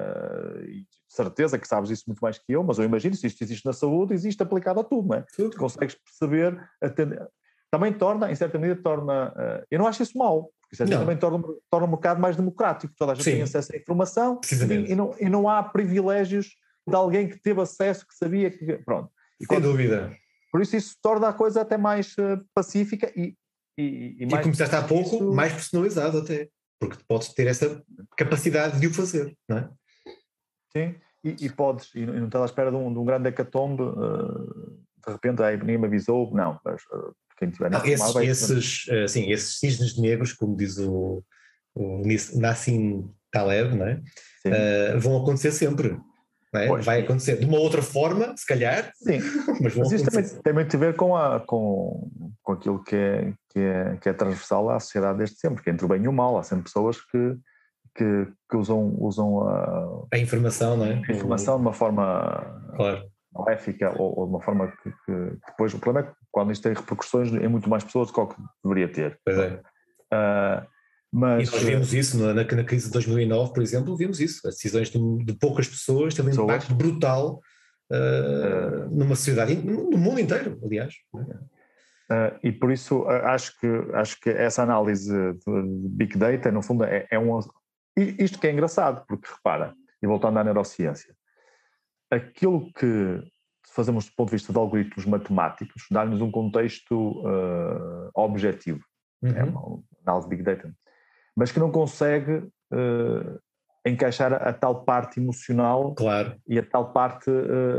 certeza que sabes isso muito mais que eu, mas eu imagino, se isto existe na saúde, existe aplicado a tudo, não é? Tu consegues perceber, também torna, em certa medida, eu não acho isso mau, porque isso também torna um bocado mais democrático, toda a gente tem acesso à informação e não há privilégios de alguém que teve acesso, que sabia que... Pronto. Sem dúvida. Por isso torna a coisa até mais pacífica e mais, como disseste há pouco, mais personalizado até, porque podes ter essa capacidade de o fazer, não é? Sim, e podes, e não estás à espera de um grande hecatombe, de repente ninguém me avisou, não, mas quem tiver esses cisnes negros, como diz o Nassim Taleb, não é? Vão acontecer sempre. Não é? Pois, vai acontecer de uma outra forma, se calhar, mas isso também tem muito a ver com aquilo que é transversal à sociedade desde sempre, que é entre o bem e o mal. Há sempre pessoas que usam a informação, não é? A informação de uma forma maléfica ou de uma forma que depois o problema é que quando isto tem repercussões em muito mais pessoas do que o que deveria ter. Pois é. Mas, e nós vimos isso na crise de 2009, por exemplo, vimos isso. As decisões de poucas pessoas têm um impacto brutal numa sociedade, no mundo inteiro, aliás. E por isso acho que essa análise de Big Data, no fundo, isto que é engraçado, porque repara, e voltando à neurociência, aquilo que fazemos do ponto de vista de algoritmos matemáticos dá-nos um contexto objetivo, é uma análise de Big Data, mas que não consegue encaixar a tal parte emocional e a tal parte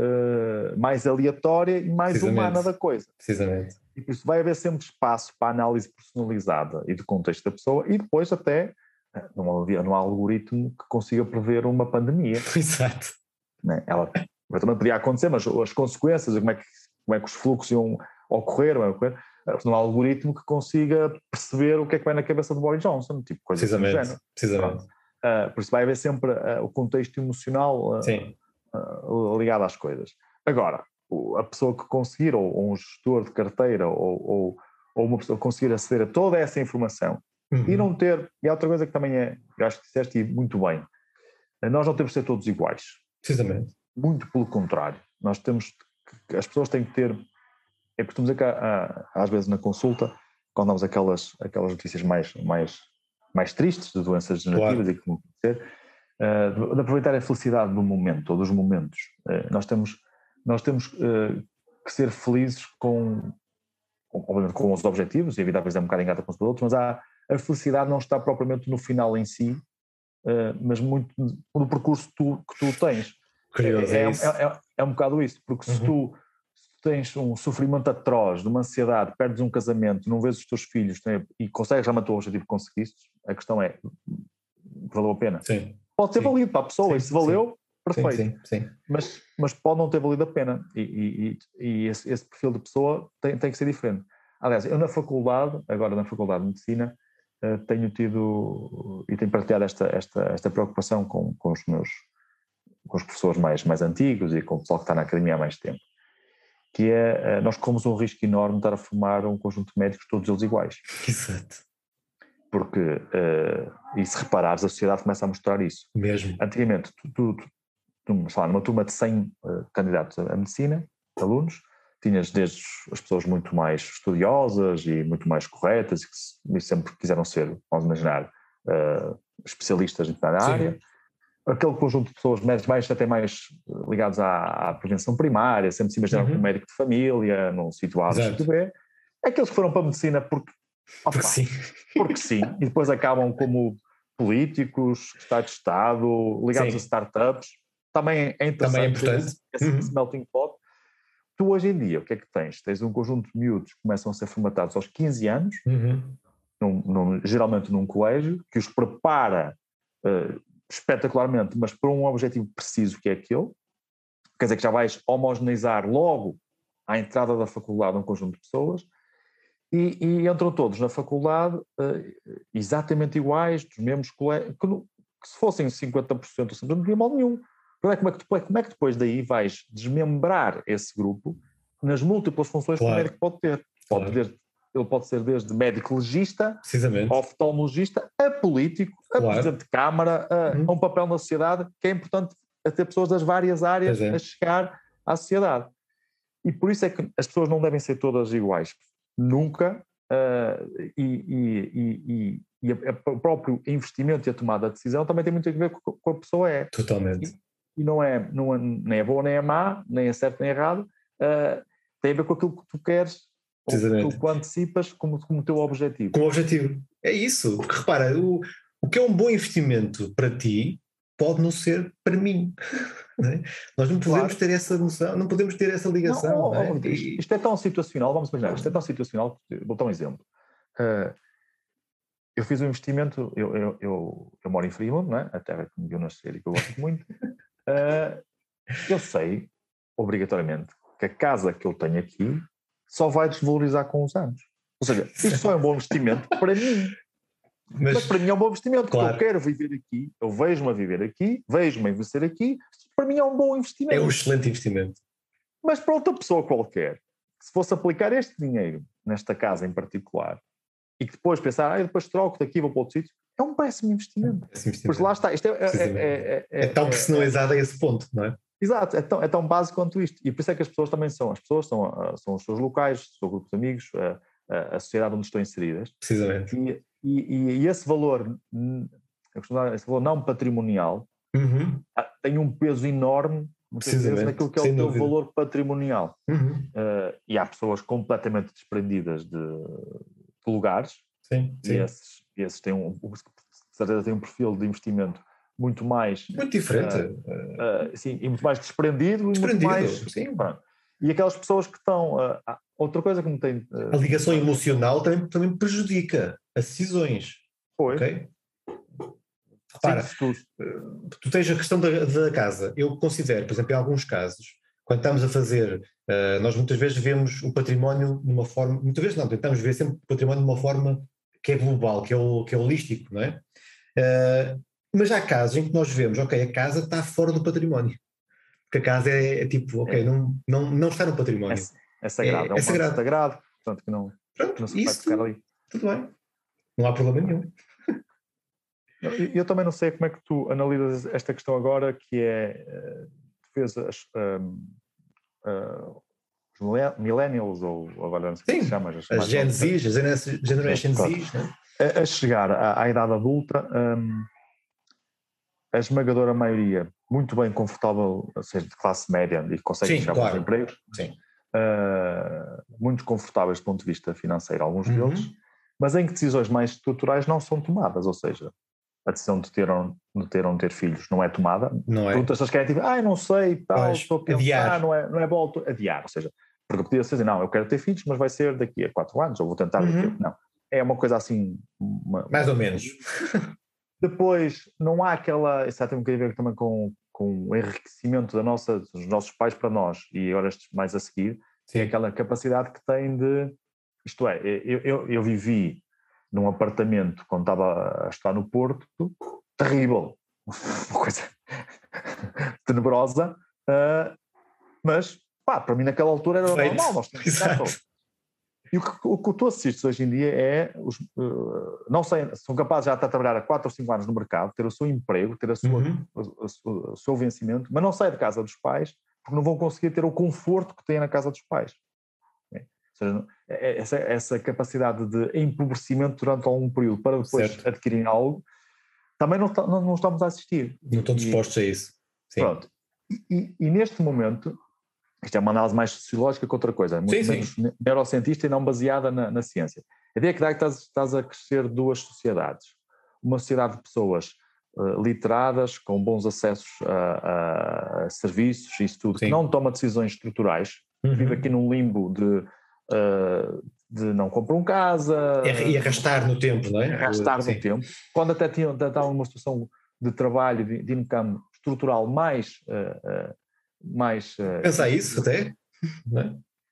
mais aleatória e mais humana da coisa. Precisamente. E por isso vai haver sempre espaço para a análise personalizada e do contexto da pessoa e depois até não há algoritmo que consiga prever uma pandemia. Exato. Né? Ela também podia acontecer, mas as consequências, como é que os fluxos iam ocorrer, não há algoritmo que consiga perceber o que é que vai na cabeça de Boris Johnson, tipo coisa assim do género. Precisamente. Por isso vai haver sempre o contexto emocional ligado às coisas. Agora, a pessoa que conseguir, ou um gestor de carteira, ou uma pessoa que conseguir aceder a toda essa informação e não ter, e há outra coisa que também eu acho que disseste muito bem, nós não temos de ser todos iguais. Precisamente. Muito pelo contrário. As pessoas têm que ter, eu costumo dizer que às vezes na consulta, quando damos aquelas notícias mais tristes de doenças degenerativas e que vão acontecer, de aproveitar a felicidade do momento, ou dos momentos. Nós temos que ser felizes obviamente com os objetivos, e a vida às vezes é um bocado engata com os outros, mas a felicidade não está propriamente no final em si, mas muito no percurso que tu tens. Curioso, é um bocado isso, porque se tu tens um sofrimento atroz, de uma ansiedade, perdes um casamento, não vês os teus filhos e consegues realmente o teu objetivo que conseguiste, a questão é, valeu a pena? Sim. Pode ter valido para a pessoa, e se valeu, perfeito. Sim. Mas pode não ter valido a pena, e esse perfil de pessoa tem que ser diferente. Aliás, eu agora na Faculdade de Medicina, tenho tido e tenho partilhado esta preocupação com os professores mais antigos e com o pessoal que está na academia há mais tempo, que é, nós corremos um risco enorme de estar a formar um conjunto de médicos todos eles iguais. Exato. Porque, e se reparares, a sociedade começa a mostrar isso. Mesmo. Antigamente, numa turma de 100 candidatos a medicina, alunos, tinhas desde as pessoas muito mais estudiosas e muito mais corretas e sempre quiseram ser, vamos imaginar, especialistas na área. Aquele conjunto de pessoas até mais ligados à prevenção primária, sempre se imaginaram como médico de família, num sítio A, num sítio B. Aqueles que foram para a medicina porque sim, e depois acabam como políticos, Estado de Estado, ligados a startups. Também é interessante. Esse melting pot. Tu hoje em dia, o que é que tens? Tens um conjunto de miúdos que começam a ser formatados aos 15 anos, geralmente num colégio, que os prepara espetacularmente, mas para um objetivo preciso que é aquele. Quer dizer que já vais homogeneizar logo à entrada da faculdade um conjunto de pessoas, e entram todos na faculdade exatamente iguais, dos mesmos colegas, que se fossem 50% não teria mal nenhum. Como é que depois daí vais desmembrar esse grupo nas múltiplas funções que o médico pode ter? Ele pode ser desde médico legista, oftalmologista, a político, a presidente de Câmara, a um papel na sociedade, que é importante a ter pessoas das várias áreas a chegar à sociedade. E por isso é que as pessoas não devem ser todas iguais. Nunca. O próprio investimento e a tomada de decisão também tem muito a ver com a pessoa é. Totalmente. E não é, nem é boa nem é má, nem é certo nem é errado. Tem a ver com aquilo que tu queres, ou aquilo que antecipas como teu objetivo. Como objetivo. É isso. Porque repara, o que é um bom investimento para ti pode não ser para mim. Não é? Nós não podemos ter essa noção, não podemos ter essa ligação. Isto é tão situacional, vamos imaginar, isto é tão situacional, vou dar um exemplo. Eu fiz um investimento, eu moro em Fremont, não é? A terra que me viu nascer e que eu gosto muito. Eu sei, obrigatoriamente, que a casa que eu tenho aqui só vai desvalorizar com os anos. Ou seja, isto só é um bom investimento para mim. Mas para mim é um bom investimento, porque eu quero viver aqui, eu vejo-me a viver aqui, vejo-me a investir aqui, para mim é um bom investimento. É um excelente investimento. Mas para outra pessoa qualquer, se fosse aplicar este dinheiro nesta casa em particular, e que depois pensar, depois troco daqui e vou para outro sítio, é um péssimo investimento. Pois lá está, isto é tão personalizado a esse ponto, não é? Exato, é tão básico quanto isto. E por isso é que as pessoas também são os seus locais, o seu grupo de amigos, a sociedade onde estão inseridas. Precisamente. E esse valor não patrimonial tem um peso enorme naquilo que é o teu valor patrimonial. E há pessoas completamente desprendidas de lugares. Sim. E esses têm um perfil de investimento muito diferente. E muito mais desprendido. Muito mais, sim. E aquelas pessoas que estão... outra coisa que me tem... a ligação emocional também prejudica as decisões. Ok? Repara, tu tens a questão da casa. Eu considero, por exemplo, em alguns casos, quando estamos a fazer, nós muitas vezes vemos o património de uma forma... Muitas vezes não, tentamos ver sempre o património de uma forma que é global, que é holístico, não é? Mas há casos em que nós vemos, a casa está fora do património. Porque a casa é tipo, não está no património. É sagrado, é um sagrado, portanto que não se vai tocar ali. Tudo bem, não há problema nenhum. Eu também não sei como é que tu analisas esta questão agora, que é, tu fez os millennials, ou agora não sei como se chama. As Gen Z, as Generation Z. A chegar à idade adulta, a esmagadora maioria, muito bem confortável, ou seja, de classe média, e consegue chegar aos empregos, muito confortáveis do ponto de vista financeiro, alguns deles, mas em que decisões mais estruturais não são tomadas, ou seja, a decisão de ter ou não ter filhos não é tomada. Perguntas se eles querem, tipo, não sei, tal, estou a pensar, não é bom adiar, ou seja, porque podia ser, não, eu quero ter filhos, mas vai ser daqui a 4 anos, ou vou tentar não. É uma coisa assim... mais ou menos. Depois, não há aquela... Isso tem um bocadinho a ver também com o enriquecimento dos nossos pais para nós, e agora estes mais a seguir, é aquela capacidade que tem de... Isto é, eu vivi num apartamento quando estava a estar no Porto, terrível, uma coisa tenebrosa, mas para mim naquela altura era normal, nós tínhamos que. E o que tu assistes hoje em dia é, não sei, são capazes já de estar a trabalhar há 4 ou 5 anos no mercado, ter o seu emprego, ter o seu vencimento, mas não saem da casa dos pais porque não vão conseguir ter o conforto que têm na casa dos pais. Ou seja, essa capacidade de empobrecimento durante algum período para depois adquirirem algo, também não estamos a assistir. Não estão dispostos a isso. Sim. Pronto. E neste momento, isto é uma análise mais sociológica que outra coisa, muito menos neurocientista e não baseada na ciência. A ideia que dá é que estás a crescer 2 sociedades. Uma sociedade de pessoas literadas, com bons acessos a serviços e isso tudo, que não toma decisões estruturais, vive aqui num limbo de não compram casa... E arrastar no tempo, não é? Arrastar no tempo. Quando até estavam numa situação de trabalho, de income estrutural mais... Pensar isso até, não é?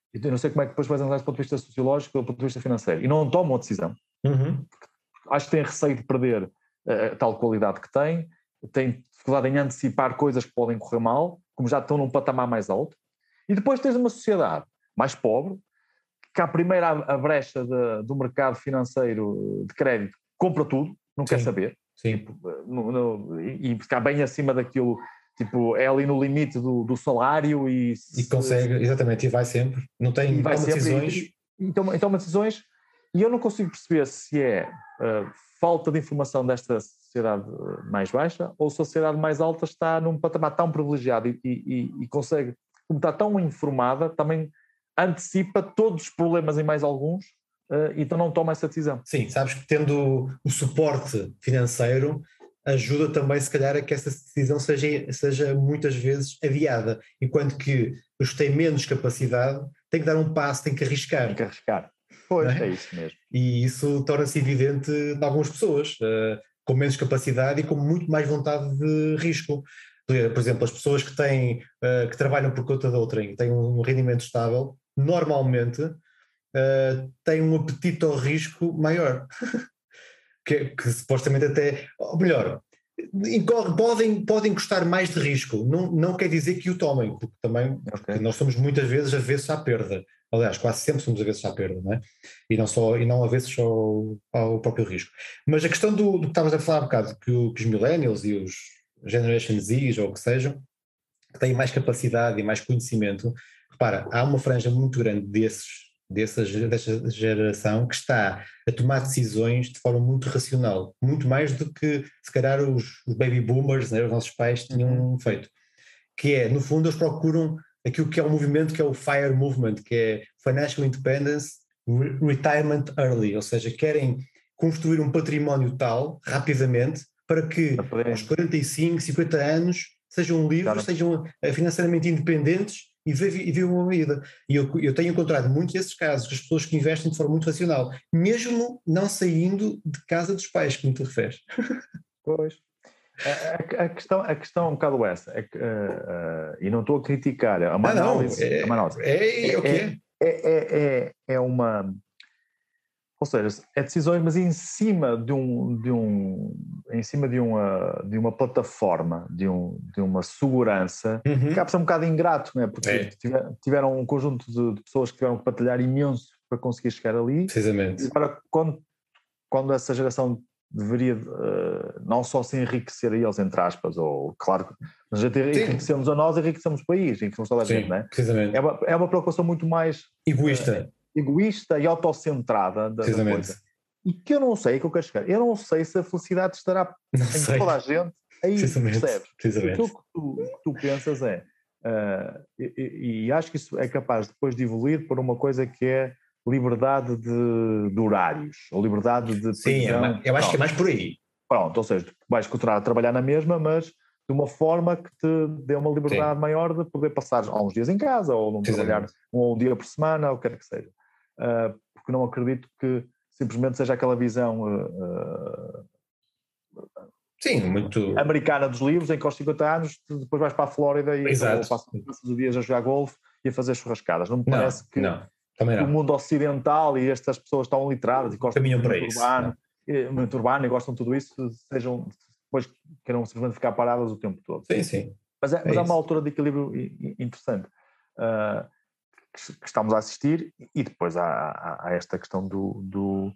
Eu não sei como é que depois vais analisar do ponto de vista sociológico ou do ponto de vista financeiro, e não tomam a decisão. Acho que têm receio de perder a tal qualidade que têm dificuldade em antecipar coisas que podem correr mal, como já estão num patamar mais alto, e depois tens uma sociedade mais pobre, que à primeira a brecha do mercado financeiro de crédito compra tudo, não quer saber, e ficar bem acima daquilo, tipo, é ali no limite do salário e consegue, exatamente, e vai sempre, não tem, toma decisões. E toma decisões, e eu não consigo perceber se é falta de informação desta sociedade mais baixa ou se a sociedade mais alta está num patamar tão privilegiado e consegue, como está tão informada, também antecipa todos os problemas em mais alguns, então não toma essa decisão. Sim, sabes que tendo o suporte financeiro ajuda também se calhar a que essa decisão seja muitas vezes adiada, enquanto que os que têm menos capacidade têm que dar um passo, têm que arriscar. Tem que arriscar. Pois, é isso mesmo. E isso torna-se evidente em algumas pessoas, com menos capacidade e com muito mais vontade de risco. Por exemplo, as pessoas que trabalham por conta de outrem, têm um rendimento estável, normalmente têm um apetite ao risco maior. que supostamente até, ou melhor, podem gostar mais de risco, não quer dizer que o tomem, porque também porque nós somos muitas vezes avessos à perda. Aliás, quase sempre somos avessos à perda, não é? E não avessos ao próprio risco. Mas a questão do que estavas a falar há bocado, que os millennials e os Generation Z, ou o que sejam, que têm mais capacidade e mais conhecimento, repara, há uma franja muito grande dessa geração que está a tomar decisões de forma muito racional, muito mais do que se calhar os baby boomers, né, os nossos pais tinham feito, que é, no fundo, eles procuram aquilo que é um movimento que é o FIRE Movement, que é Financial Independence, Retirement Early, ou seja, querem construir um património tal, rapidamente, para que aos 45, 50 anos sejam livres, sejam financeiramente independentes e vivam uma vida. E eu tenho encontrado muitos desses casos, as pessoas que investem de forma muito racional, mesmo não saindo de casa dos pais, como tu referes. Pois. A questão é um bocado essa, é que, e não estou a criticar, é uma análise. É uma... Ou seja, é decisões, mas em cima de uma plataforma, de uma segurança, que acaba por ser um bocado ingrato, não é? Porque tiveram um conjunto de pessoas que tiveram que batalhar imenso para conseguir chegar ali. Precisamente. E agora, quando essa geração deveria não só se enriquecer a eles, entre aspas, ou claro, mas enriquecemos a nós, enriquecemos o país, enriquecemos toda a gente, não é? Precisamente. É uma preocupação muito mais egoísta e autocentrada da coisa. E que eu não sei, que eu quero chegar, eu não sei se a felicidade estará em toda a gente aí, percebes? Aquilo que tu pensas e acho que isso é capaz depois de evoluir para uma coisa que é liberdade de horários, ou liberdade de... Sim, eu acho que é mais por aí. Pronto, ou seja, tu vais continuar a trabalhar na mesma, mas de uma forma que te dê uma liberdade maior de poder passar uns dias em casa, ou não trabalhar um dia por semana, ou o que quer que seja. Porque não acredito que simplesmente seja aquela visão muito americana dos livros, em que aos 50 anos depois vais para a Flórida e passas os dias a jogar golfe e a fazer churrascadas. Não me parece que o mundo ocidental e estas pessoas estão literadas e gostam muito urbano e gostam de tudo isso, depois queiram simplesmente ficar paradas o tempo todo. Sim. Mas há uma altura de equilíbrio interessante que estamos a assistir, e depois há esta questão do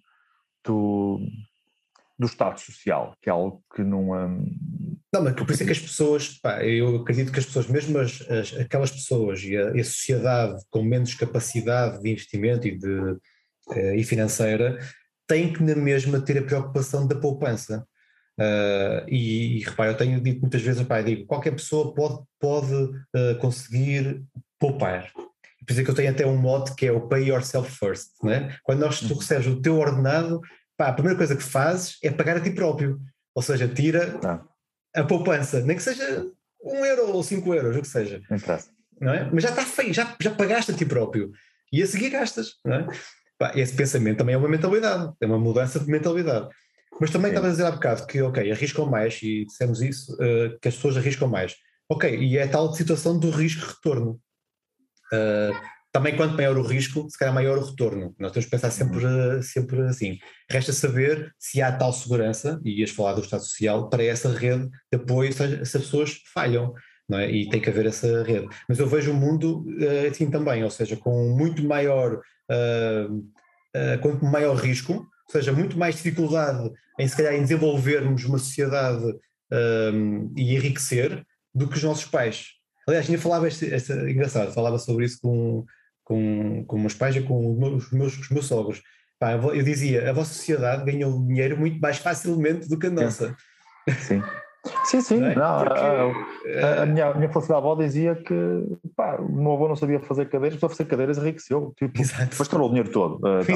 status social, que é algo que não... Não, mas por isso é que as pessoas, eu acredito que as pessoas, mesmo aquelas pessoas e a sociedade com menos capacidade de investimento e financeira, têm que na mesma ter a preocupação da poupança. E repara, eu tenho dito muitas vezes, digo, qualquer pessoa pode conseguir poupar. Por isso é que eu tenho até um mote que é o pay yourself first, né? Quando tu recebes o teu ordenado, a primeira coisa que fazes é pagar a ti próprio, ou seja, tira a poupança, nem que seja 1 euro ou 5 euros, o que seja, não é? Mas já está feio, já pagaste a ti próprio e a seguir gastas, não é? Esse pensamento também é uma mentalidade, é uma mudança de mentalidade. Mas também estava a dizer há bocado que, arriscam mais, e dissemos isso, que as pessoas arriscam mais. E é a tal situação do risco-retorno. também quanto maior o risco, se calhar maior o retorno. Nós temos que pensar sempre assim. Resta saber se há tal segurança, e ias falar do Estado Social, para essa rede de apoio se as pessoas falham, não é? E tem que haver essa rede. Mas eu vejo o mundo assim também, ou seja, com muito maior, quanto maior risco, ou seja, muito mais dificuldade em se calhar em desenvolvermos uma sociedade e enriquecer do que os nossos pais. Aliás, ainda falava engraçado, falava sobre isso com meus pais e com os meus sogros. Pá, eu dizia, a vossa sociedade ganhou dinheiro muito mais facilmente do que a nossa. Sim. Sim. Não é? A minha falecida avó dizia que o meu avô não sabia fazer cadeiras, só fazer cadeiras enriqueceu. Depois tornou o dinheiro todo.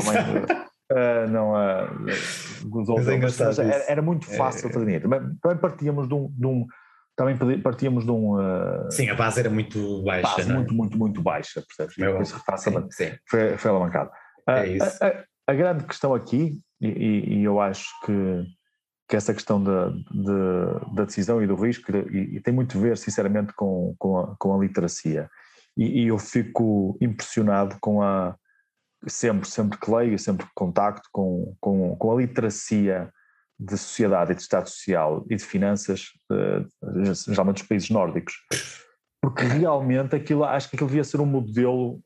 Mas era muito fácil fazer dinheiro. Também partíamos de um sim, a base era muito baixa. Base muito baixa, percebes? Isso facilmente foi alavancado. A grande questão aqui, e eu acho que essa questão da decisão e do risco, e tem muito a ver, sinceramente, com a literacia. E eu fico impressionado sempre que leio, sempre que contacto com a literacia de sociedade e de Estado Social e de finanças, geralmente dos países nórdicos. Porque realmente acho que aquilo devia ser um modelo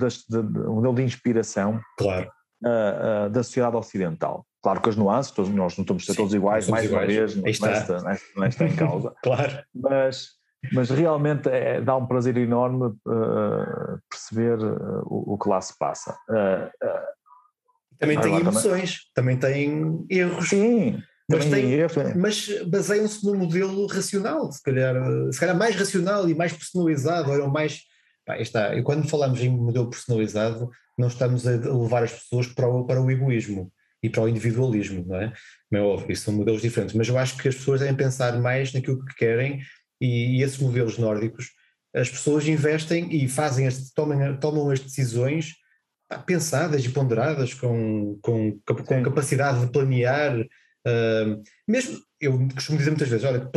de inspiração, claro, da sociedade ocidental. Claro que as nuances, nós não estamos a ser todos iguais, mais uma vez, não está em causa. Claro. Mas realmente dá um prazer enorme perceber o que lá se passa. Também tem emoções, também tem erros. Sim, mas baseiam-se num modelo racional, se calhar mais racional e mais personalizado, ou mais... E quando falamos em modelo personalizado, não estamos a levar as pessoas para o egoísmo e para o individualismo, não é? Não é óbvio, isso são modelos diferentes, mas eu acho que as pessoas devem pensar mais naquilo que querem, e esses modelos nórdicos, as pessoas investem e tomam as decisões pensadas e ponderadas, com capacidade de planear. Mesmo, eu costumo dizer muitas vezes, olha,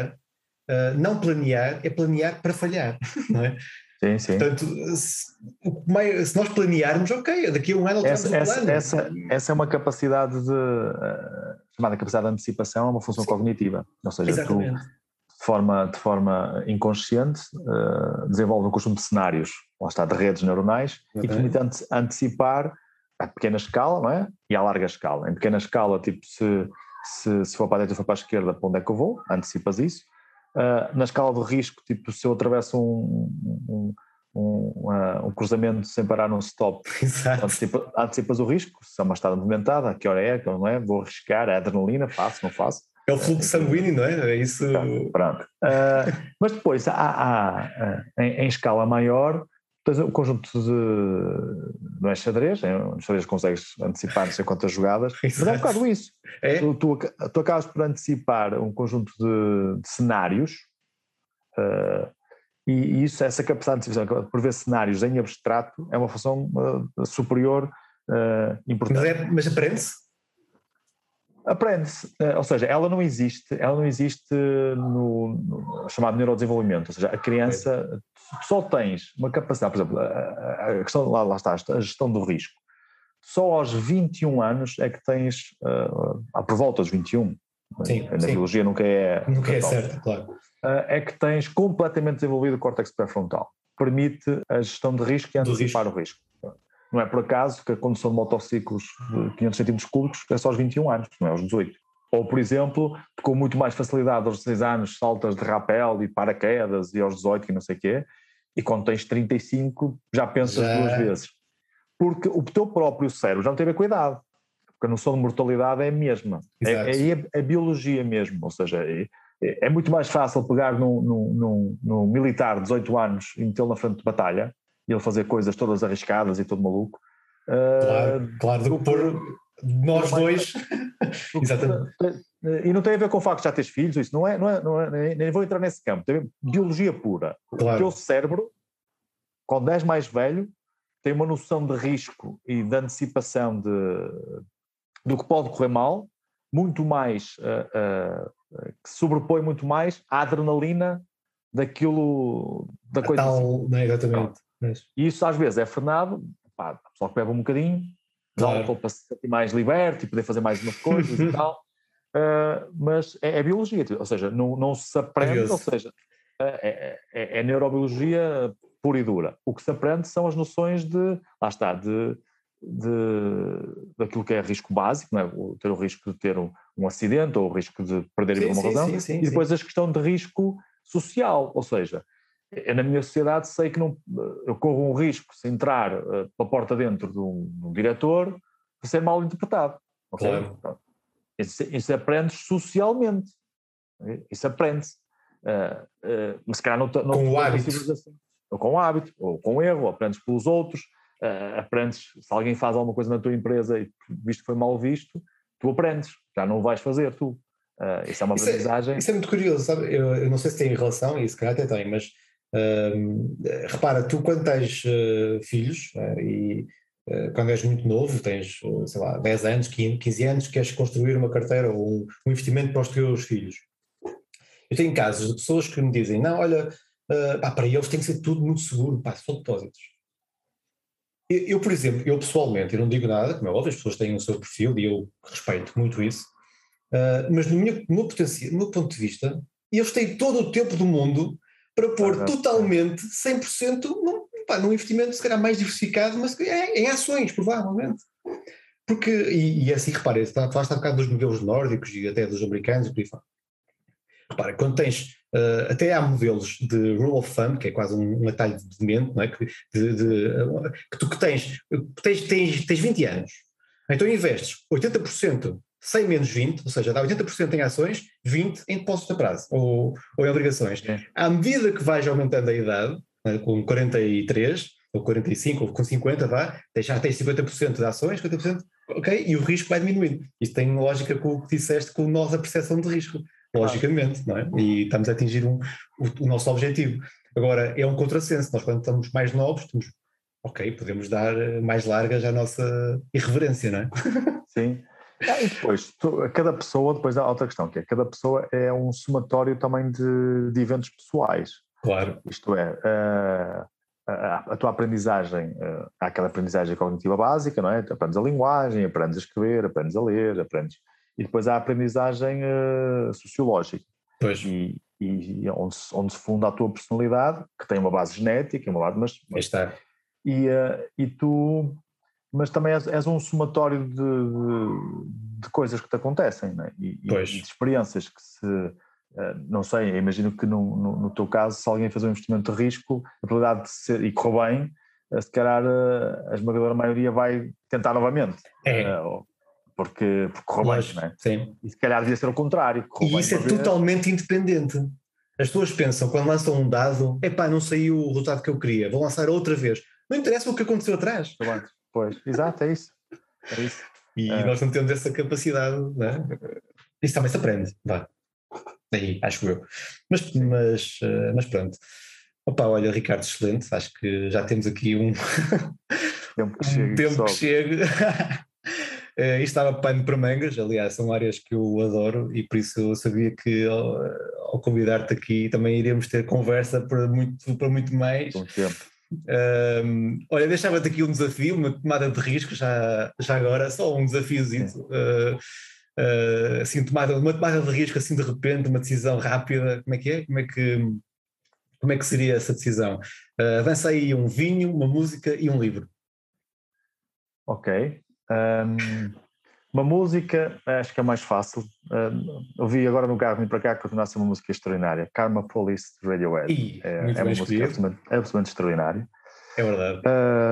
não planear é planear para falhar, não é? Sim. Portanto, se nós planearmos, ok, daqui a um ano alteramos o plano. Essa é uma capacidade chamada capacidade de antecipação, é uma função cognitiva. Ou seja, tu, de forma inconsciente, desenvolve um conjunto de cenários, lá está, de redes neuronais, e permite antecipar a pequena escala, não é? E à larga escala. Em pequena escala, tipo, se for para a direita ou for para a esquerda, para onde é que eu vou? Antecipas isso. Na escala de risco, tipo, se eu atravesso um cruzamento sem parar num stop, antecipas o risco, se é uma estrada movimentada, a que hora é, que não é, vou arriscar, a adrenalina, faço, não faço. É o fluxo sanguíneo, não é? É isso. Pronto. Mas depois, em escala maior, tens um conjunto não é xadrez, no xadrez consegues antecipar não sei quantas jogadas, mas é um bocado isso. Tu acabas por antecipar um conjunto de cenários, e essa capacidade de antecipação, por ver cenários em abstrato, é uma função superior importante. Mas aprende-se? Aprende-se, ou seja, ela não existe no chamado neurodesenvolvimento, ou seja, a criança, só tens uma capacidade, por exemplo, a questão, lá está, a gestão do risco, só aos 21 anos é que tens, por volta dos 21, na biologia nunca é certo, claro, é que tens completamente desenvolvido o córtex pré-frontal, permite a gestão de risco e antecipar o risco. Não é por acaso que a condução de motociclos de 500 cm3 é só aos 21 anos, não é aos 18. Ou, por exemplo, com muito mais facilidade aos 16 anos saltas de rapel e paraquedas, e aos 18 e não sei o quê, e quando tens 35 já pensas duas vezes. Porque o teu próprio cérebro já não tem a ver com a idade, porque a noção de mortalidade é a mesma. É a biologia mesmo, ou seja, é muito mais fácil pegar num militar de 18 anos e metê-lo na frente de batalha, e ele fazer coisas todas arriscadas e todo maluco. Claro, do que pôr nós dois. Exatamente. E não tem a ver com o facto de já teres filhos, isso não é, nem vou entrar nesse campo, tem a ver com biologia pura. Claro. O teu cérebro, quando és mais velho, tem uma noção de risco e de antecipação do que pode correr mal, muito mais, que sobrepõe muito mais à adrenalina da coisa. Não, exatamente. E isso às vezes é frenado, pá, a pessoa que bebe um bocadinho, álcool para se sentir mais liberto e poder fazer mais umas coisas e tal. Mas é biologia, ou seja, não se aprende, ou seja, é neurobiologia pura e dura. O que se aprende são as noções daquilo que é risco básico, não é? Ter o risco de ter um acidente ou o risco de perder por uma razão, e depois a questão de risco social, ou seja, eu na minha sociedade sei que eu corro um risco se entrar pela porta dentro de um diretor de ser mal interpretado. Okay? Claro. Isso aprende-se socialmente. Isso aprende-se. Mas se calhar não com o hábito. Ou com o hábito, ou com o erro, ou aprendes pelos outros, aprendes, se alguém faz alguma coisa na tua empresa e visto que foi mal visto, tu aprendes, já não o vais fazer tu. Isso é uma aprendizagem. Isso é muito curioso, sabe? Eu não sei se tem relação, e se calhar até tem, mas repara, tu quando tens filhos e quando és muito novo, tens, sei lá, 10 anos, 15 anos, queres construir uma carteira ou um investimento para os teus filhos. Eu tenho casos de pessoas que me dizem, não, olha, para eles tem que ser tudo muito seguro, são depósitos. Eu, por exemplo, pessoalmente, eu não digo nada, como é óbvio, as pessoas têm o seu perfil e eu respeito muito isso, mas no meu ponto de vista, eles têm todo o tempo do mundo para pôr totalmente, 100% num investimento se calhar mais diversificado, mas em ações, provavelmente. Porque, e assim, repara, falaste há bocado dos modelos nórdicos e até dos americanos e por aí fora. Repara, quando tens, até há modelos de rule of thumb, que é quase um atalho de mente, não é? que tu tens 20 anos, então investes 80%, 100 menos 20, ou seja, dá 80% em ações, 20 em depósitos a prazo, ou em obrigações. À medida que vais aumentando a idade, com 43, ou 45, ou com 50, já tens 50% de ações, 50%, ok, e o risco vai diminuindo. Isto tem lógica com o que disseste, com nós a percepção de risco. Logicamente, não é? E estamos a atingir o nosso objetivo. Agora, é um contrassenso. Nós, quando estamos mais novos, podemos dar mais largas à nossa irreverência, não é? Sim. E depois, cada pessoa, depois há outra questão, que é cada pessoa é um somatório também de eventos pessoais. Claro. Isto é, a tua aprendizagem, há aquela aprendizagem cognitiva básica, não é? Aprendes a linguagem, aprendes a escrever, aprendes a ler, e depois há a aprendizagem sociológica. Pois. E onde se funda a tua personalidade, que tem uma base genética, mas está. E tu, mas também és um somatório de coisas que te acontecem, não é? E de experiências que não sei, imagino que no teu caso, se alguém faz um investimento de risco, a probabilidade de ser, e correr bem, se calhar a esmagadora maioria vai tentar novamente. Porque correu bem, não é? Sim. E se calhar devia ser o contrário. E isso é totalmente independente. As pessoas pensam, quando lançam um dado, não saiu o resultado que eu queria, vou lançar outra vez. Não interessa o que aconteceu atrás. Pois, exato, é isso. E nós não temos essa capacidade, não é? Isso também se aprende, Aí, acho eu. Mas pronto. Opa, olha, Ricardo, excelente. Acho que já temos aqui um tempo que chega. Isto estava pano para mangas, aliás, são áreas que eu adoro e por isso eu sabia que ao convidar-te aqui também iríamos ter conversa para muito mais. Com tempo. Olha, deixava-te aqui um desafio, uma tomada de risco, já agora, só um desafiozinho. Assim, uma tomada de risco assim de repente, uma decisão rápida, como é que é? Como é que seria essa decisão? Avança aí um vinho, uma música e um livro. Ok. Uma música, acho que é mais fácil. Ouvi agora no carro, vim para cá, que continua a ser uma música extraordinária. Karma Police de Radiohead. É uma música absolutamente extraordinária. É verdade.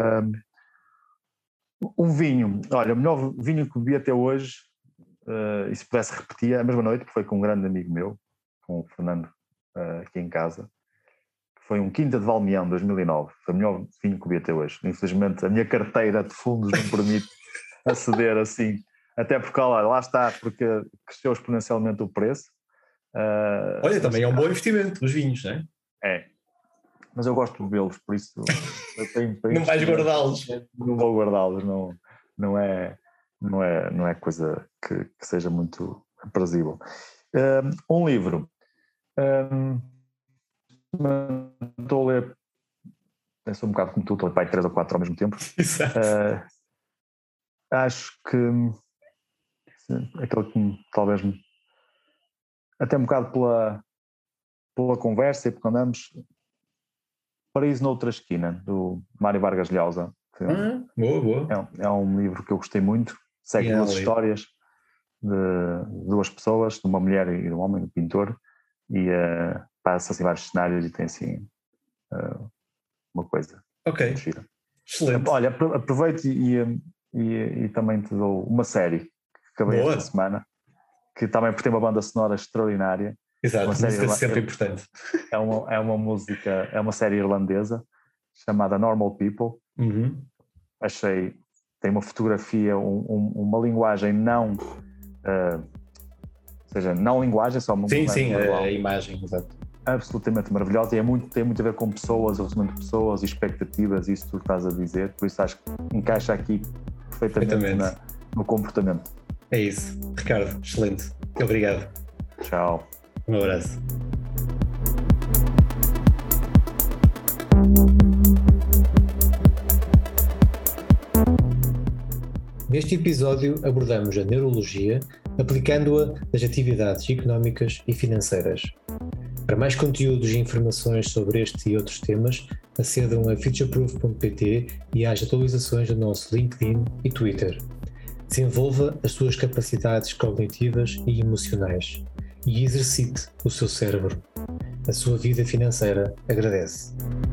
Um vinho. Olha, o melhor vinho que bebi até hoje, e se pudesse repetir, a mesma noite, foi com um grande amigo meu, com o Fernando, aqui em casa. Foi um Quinta de Valmião, 2009. Foi o melhor vinho que bebi até hoje. Infelizmente, a minha carteira de fundos não permite aceder assim. Até porque, lá está, porque cresceu exponencialmente o preço. Olha, também é um bom investimento, os vinhos, não é? É. Mas eu gosto de bebê-los, por isso eu tenho não vais guardá-los. Não vou guardá-los, não é coisa que seja muito aprazível. Um livro. Estou a ler eu sou um bocado como tu, estou para 3 ou 4 ao mesmo tempo. Exato. Acho que aquele que talvez até um bocado pela conversa e porque andamos, Paraíso Noutra Esquina, do Mário Vargas Llosa. Boa. É um livro que eu gostei muito, segue duas histórias de duas pessoas, de uma mulher e de um homem, um pintor, e passa assim vários cenários e tem assim uma coisa. Ok, excelente. Olha, aproveito e também te dou uma série que acabei esta semana, que também tem uma banda sonora extraordinária. Exato, música é sempre importante. É uma música, é uma série irlandesa chamada Normal People. Achei, tem uma fotografia, uma linguagem não, ou seja, não linguagem, só uma sim, a imagem, exato. Absolutamente maravilhosa, e tem muito a ver com pessoas, o relacionamento de pessoas e expectativas, isso tu estás a dizer, por isso acho que encaixa aqui perfeitamente. No comportamento. É isso, Ricardo, excelente, obrigado. Tchau. Um abraço. Neste episódio abordamos a neurologia, aplicando-a nas atividades económicas e financeiras. Para mais conteúdos e informações sobre este e outros temas, acedam a futureproof.pt e às atualizações do nosso LinkedIn e Twitter. Desenvolva as suas capacidades cognitivas e emocionais e exercite o seu cérebro. A sua vida financeira agradece.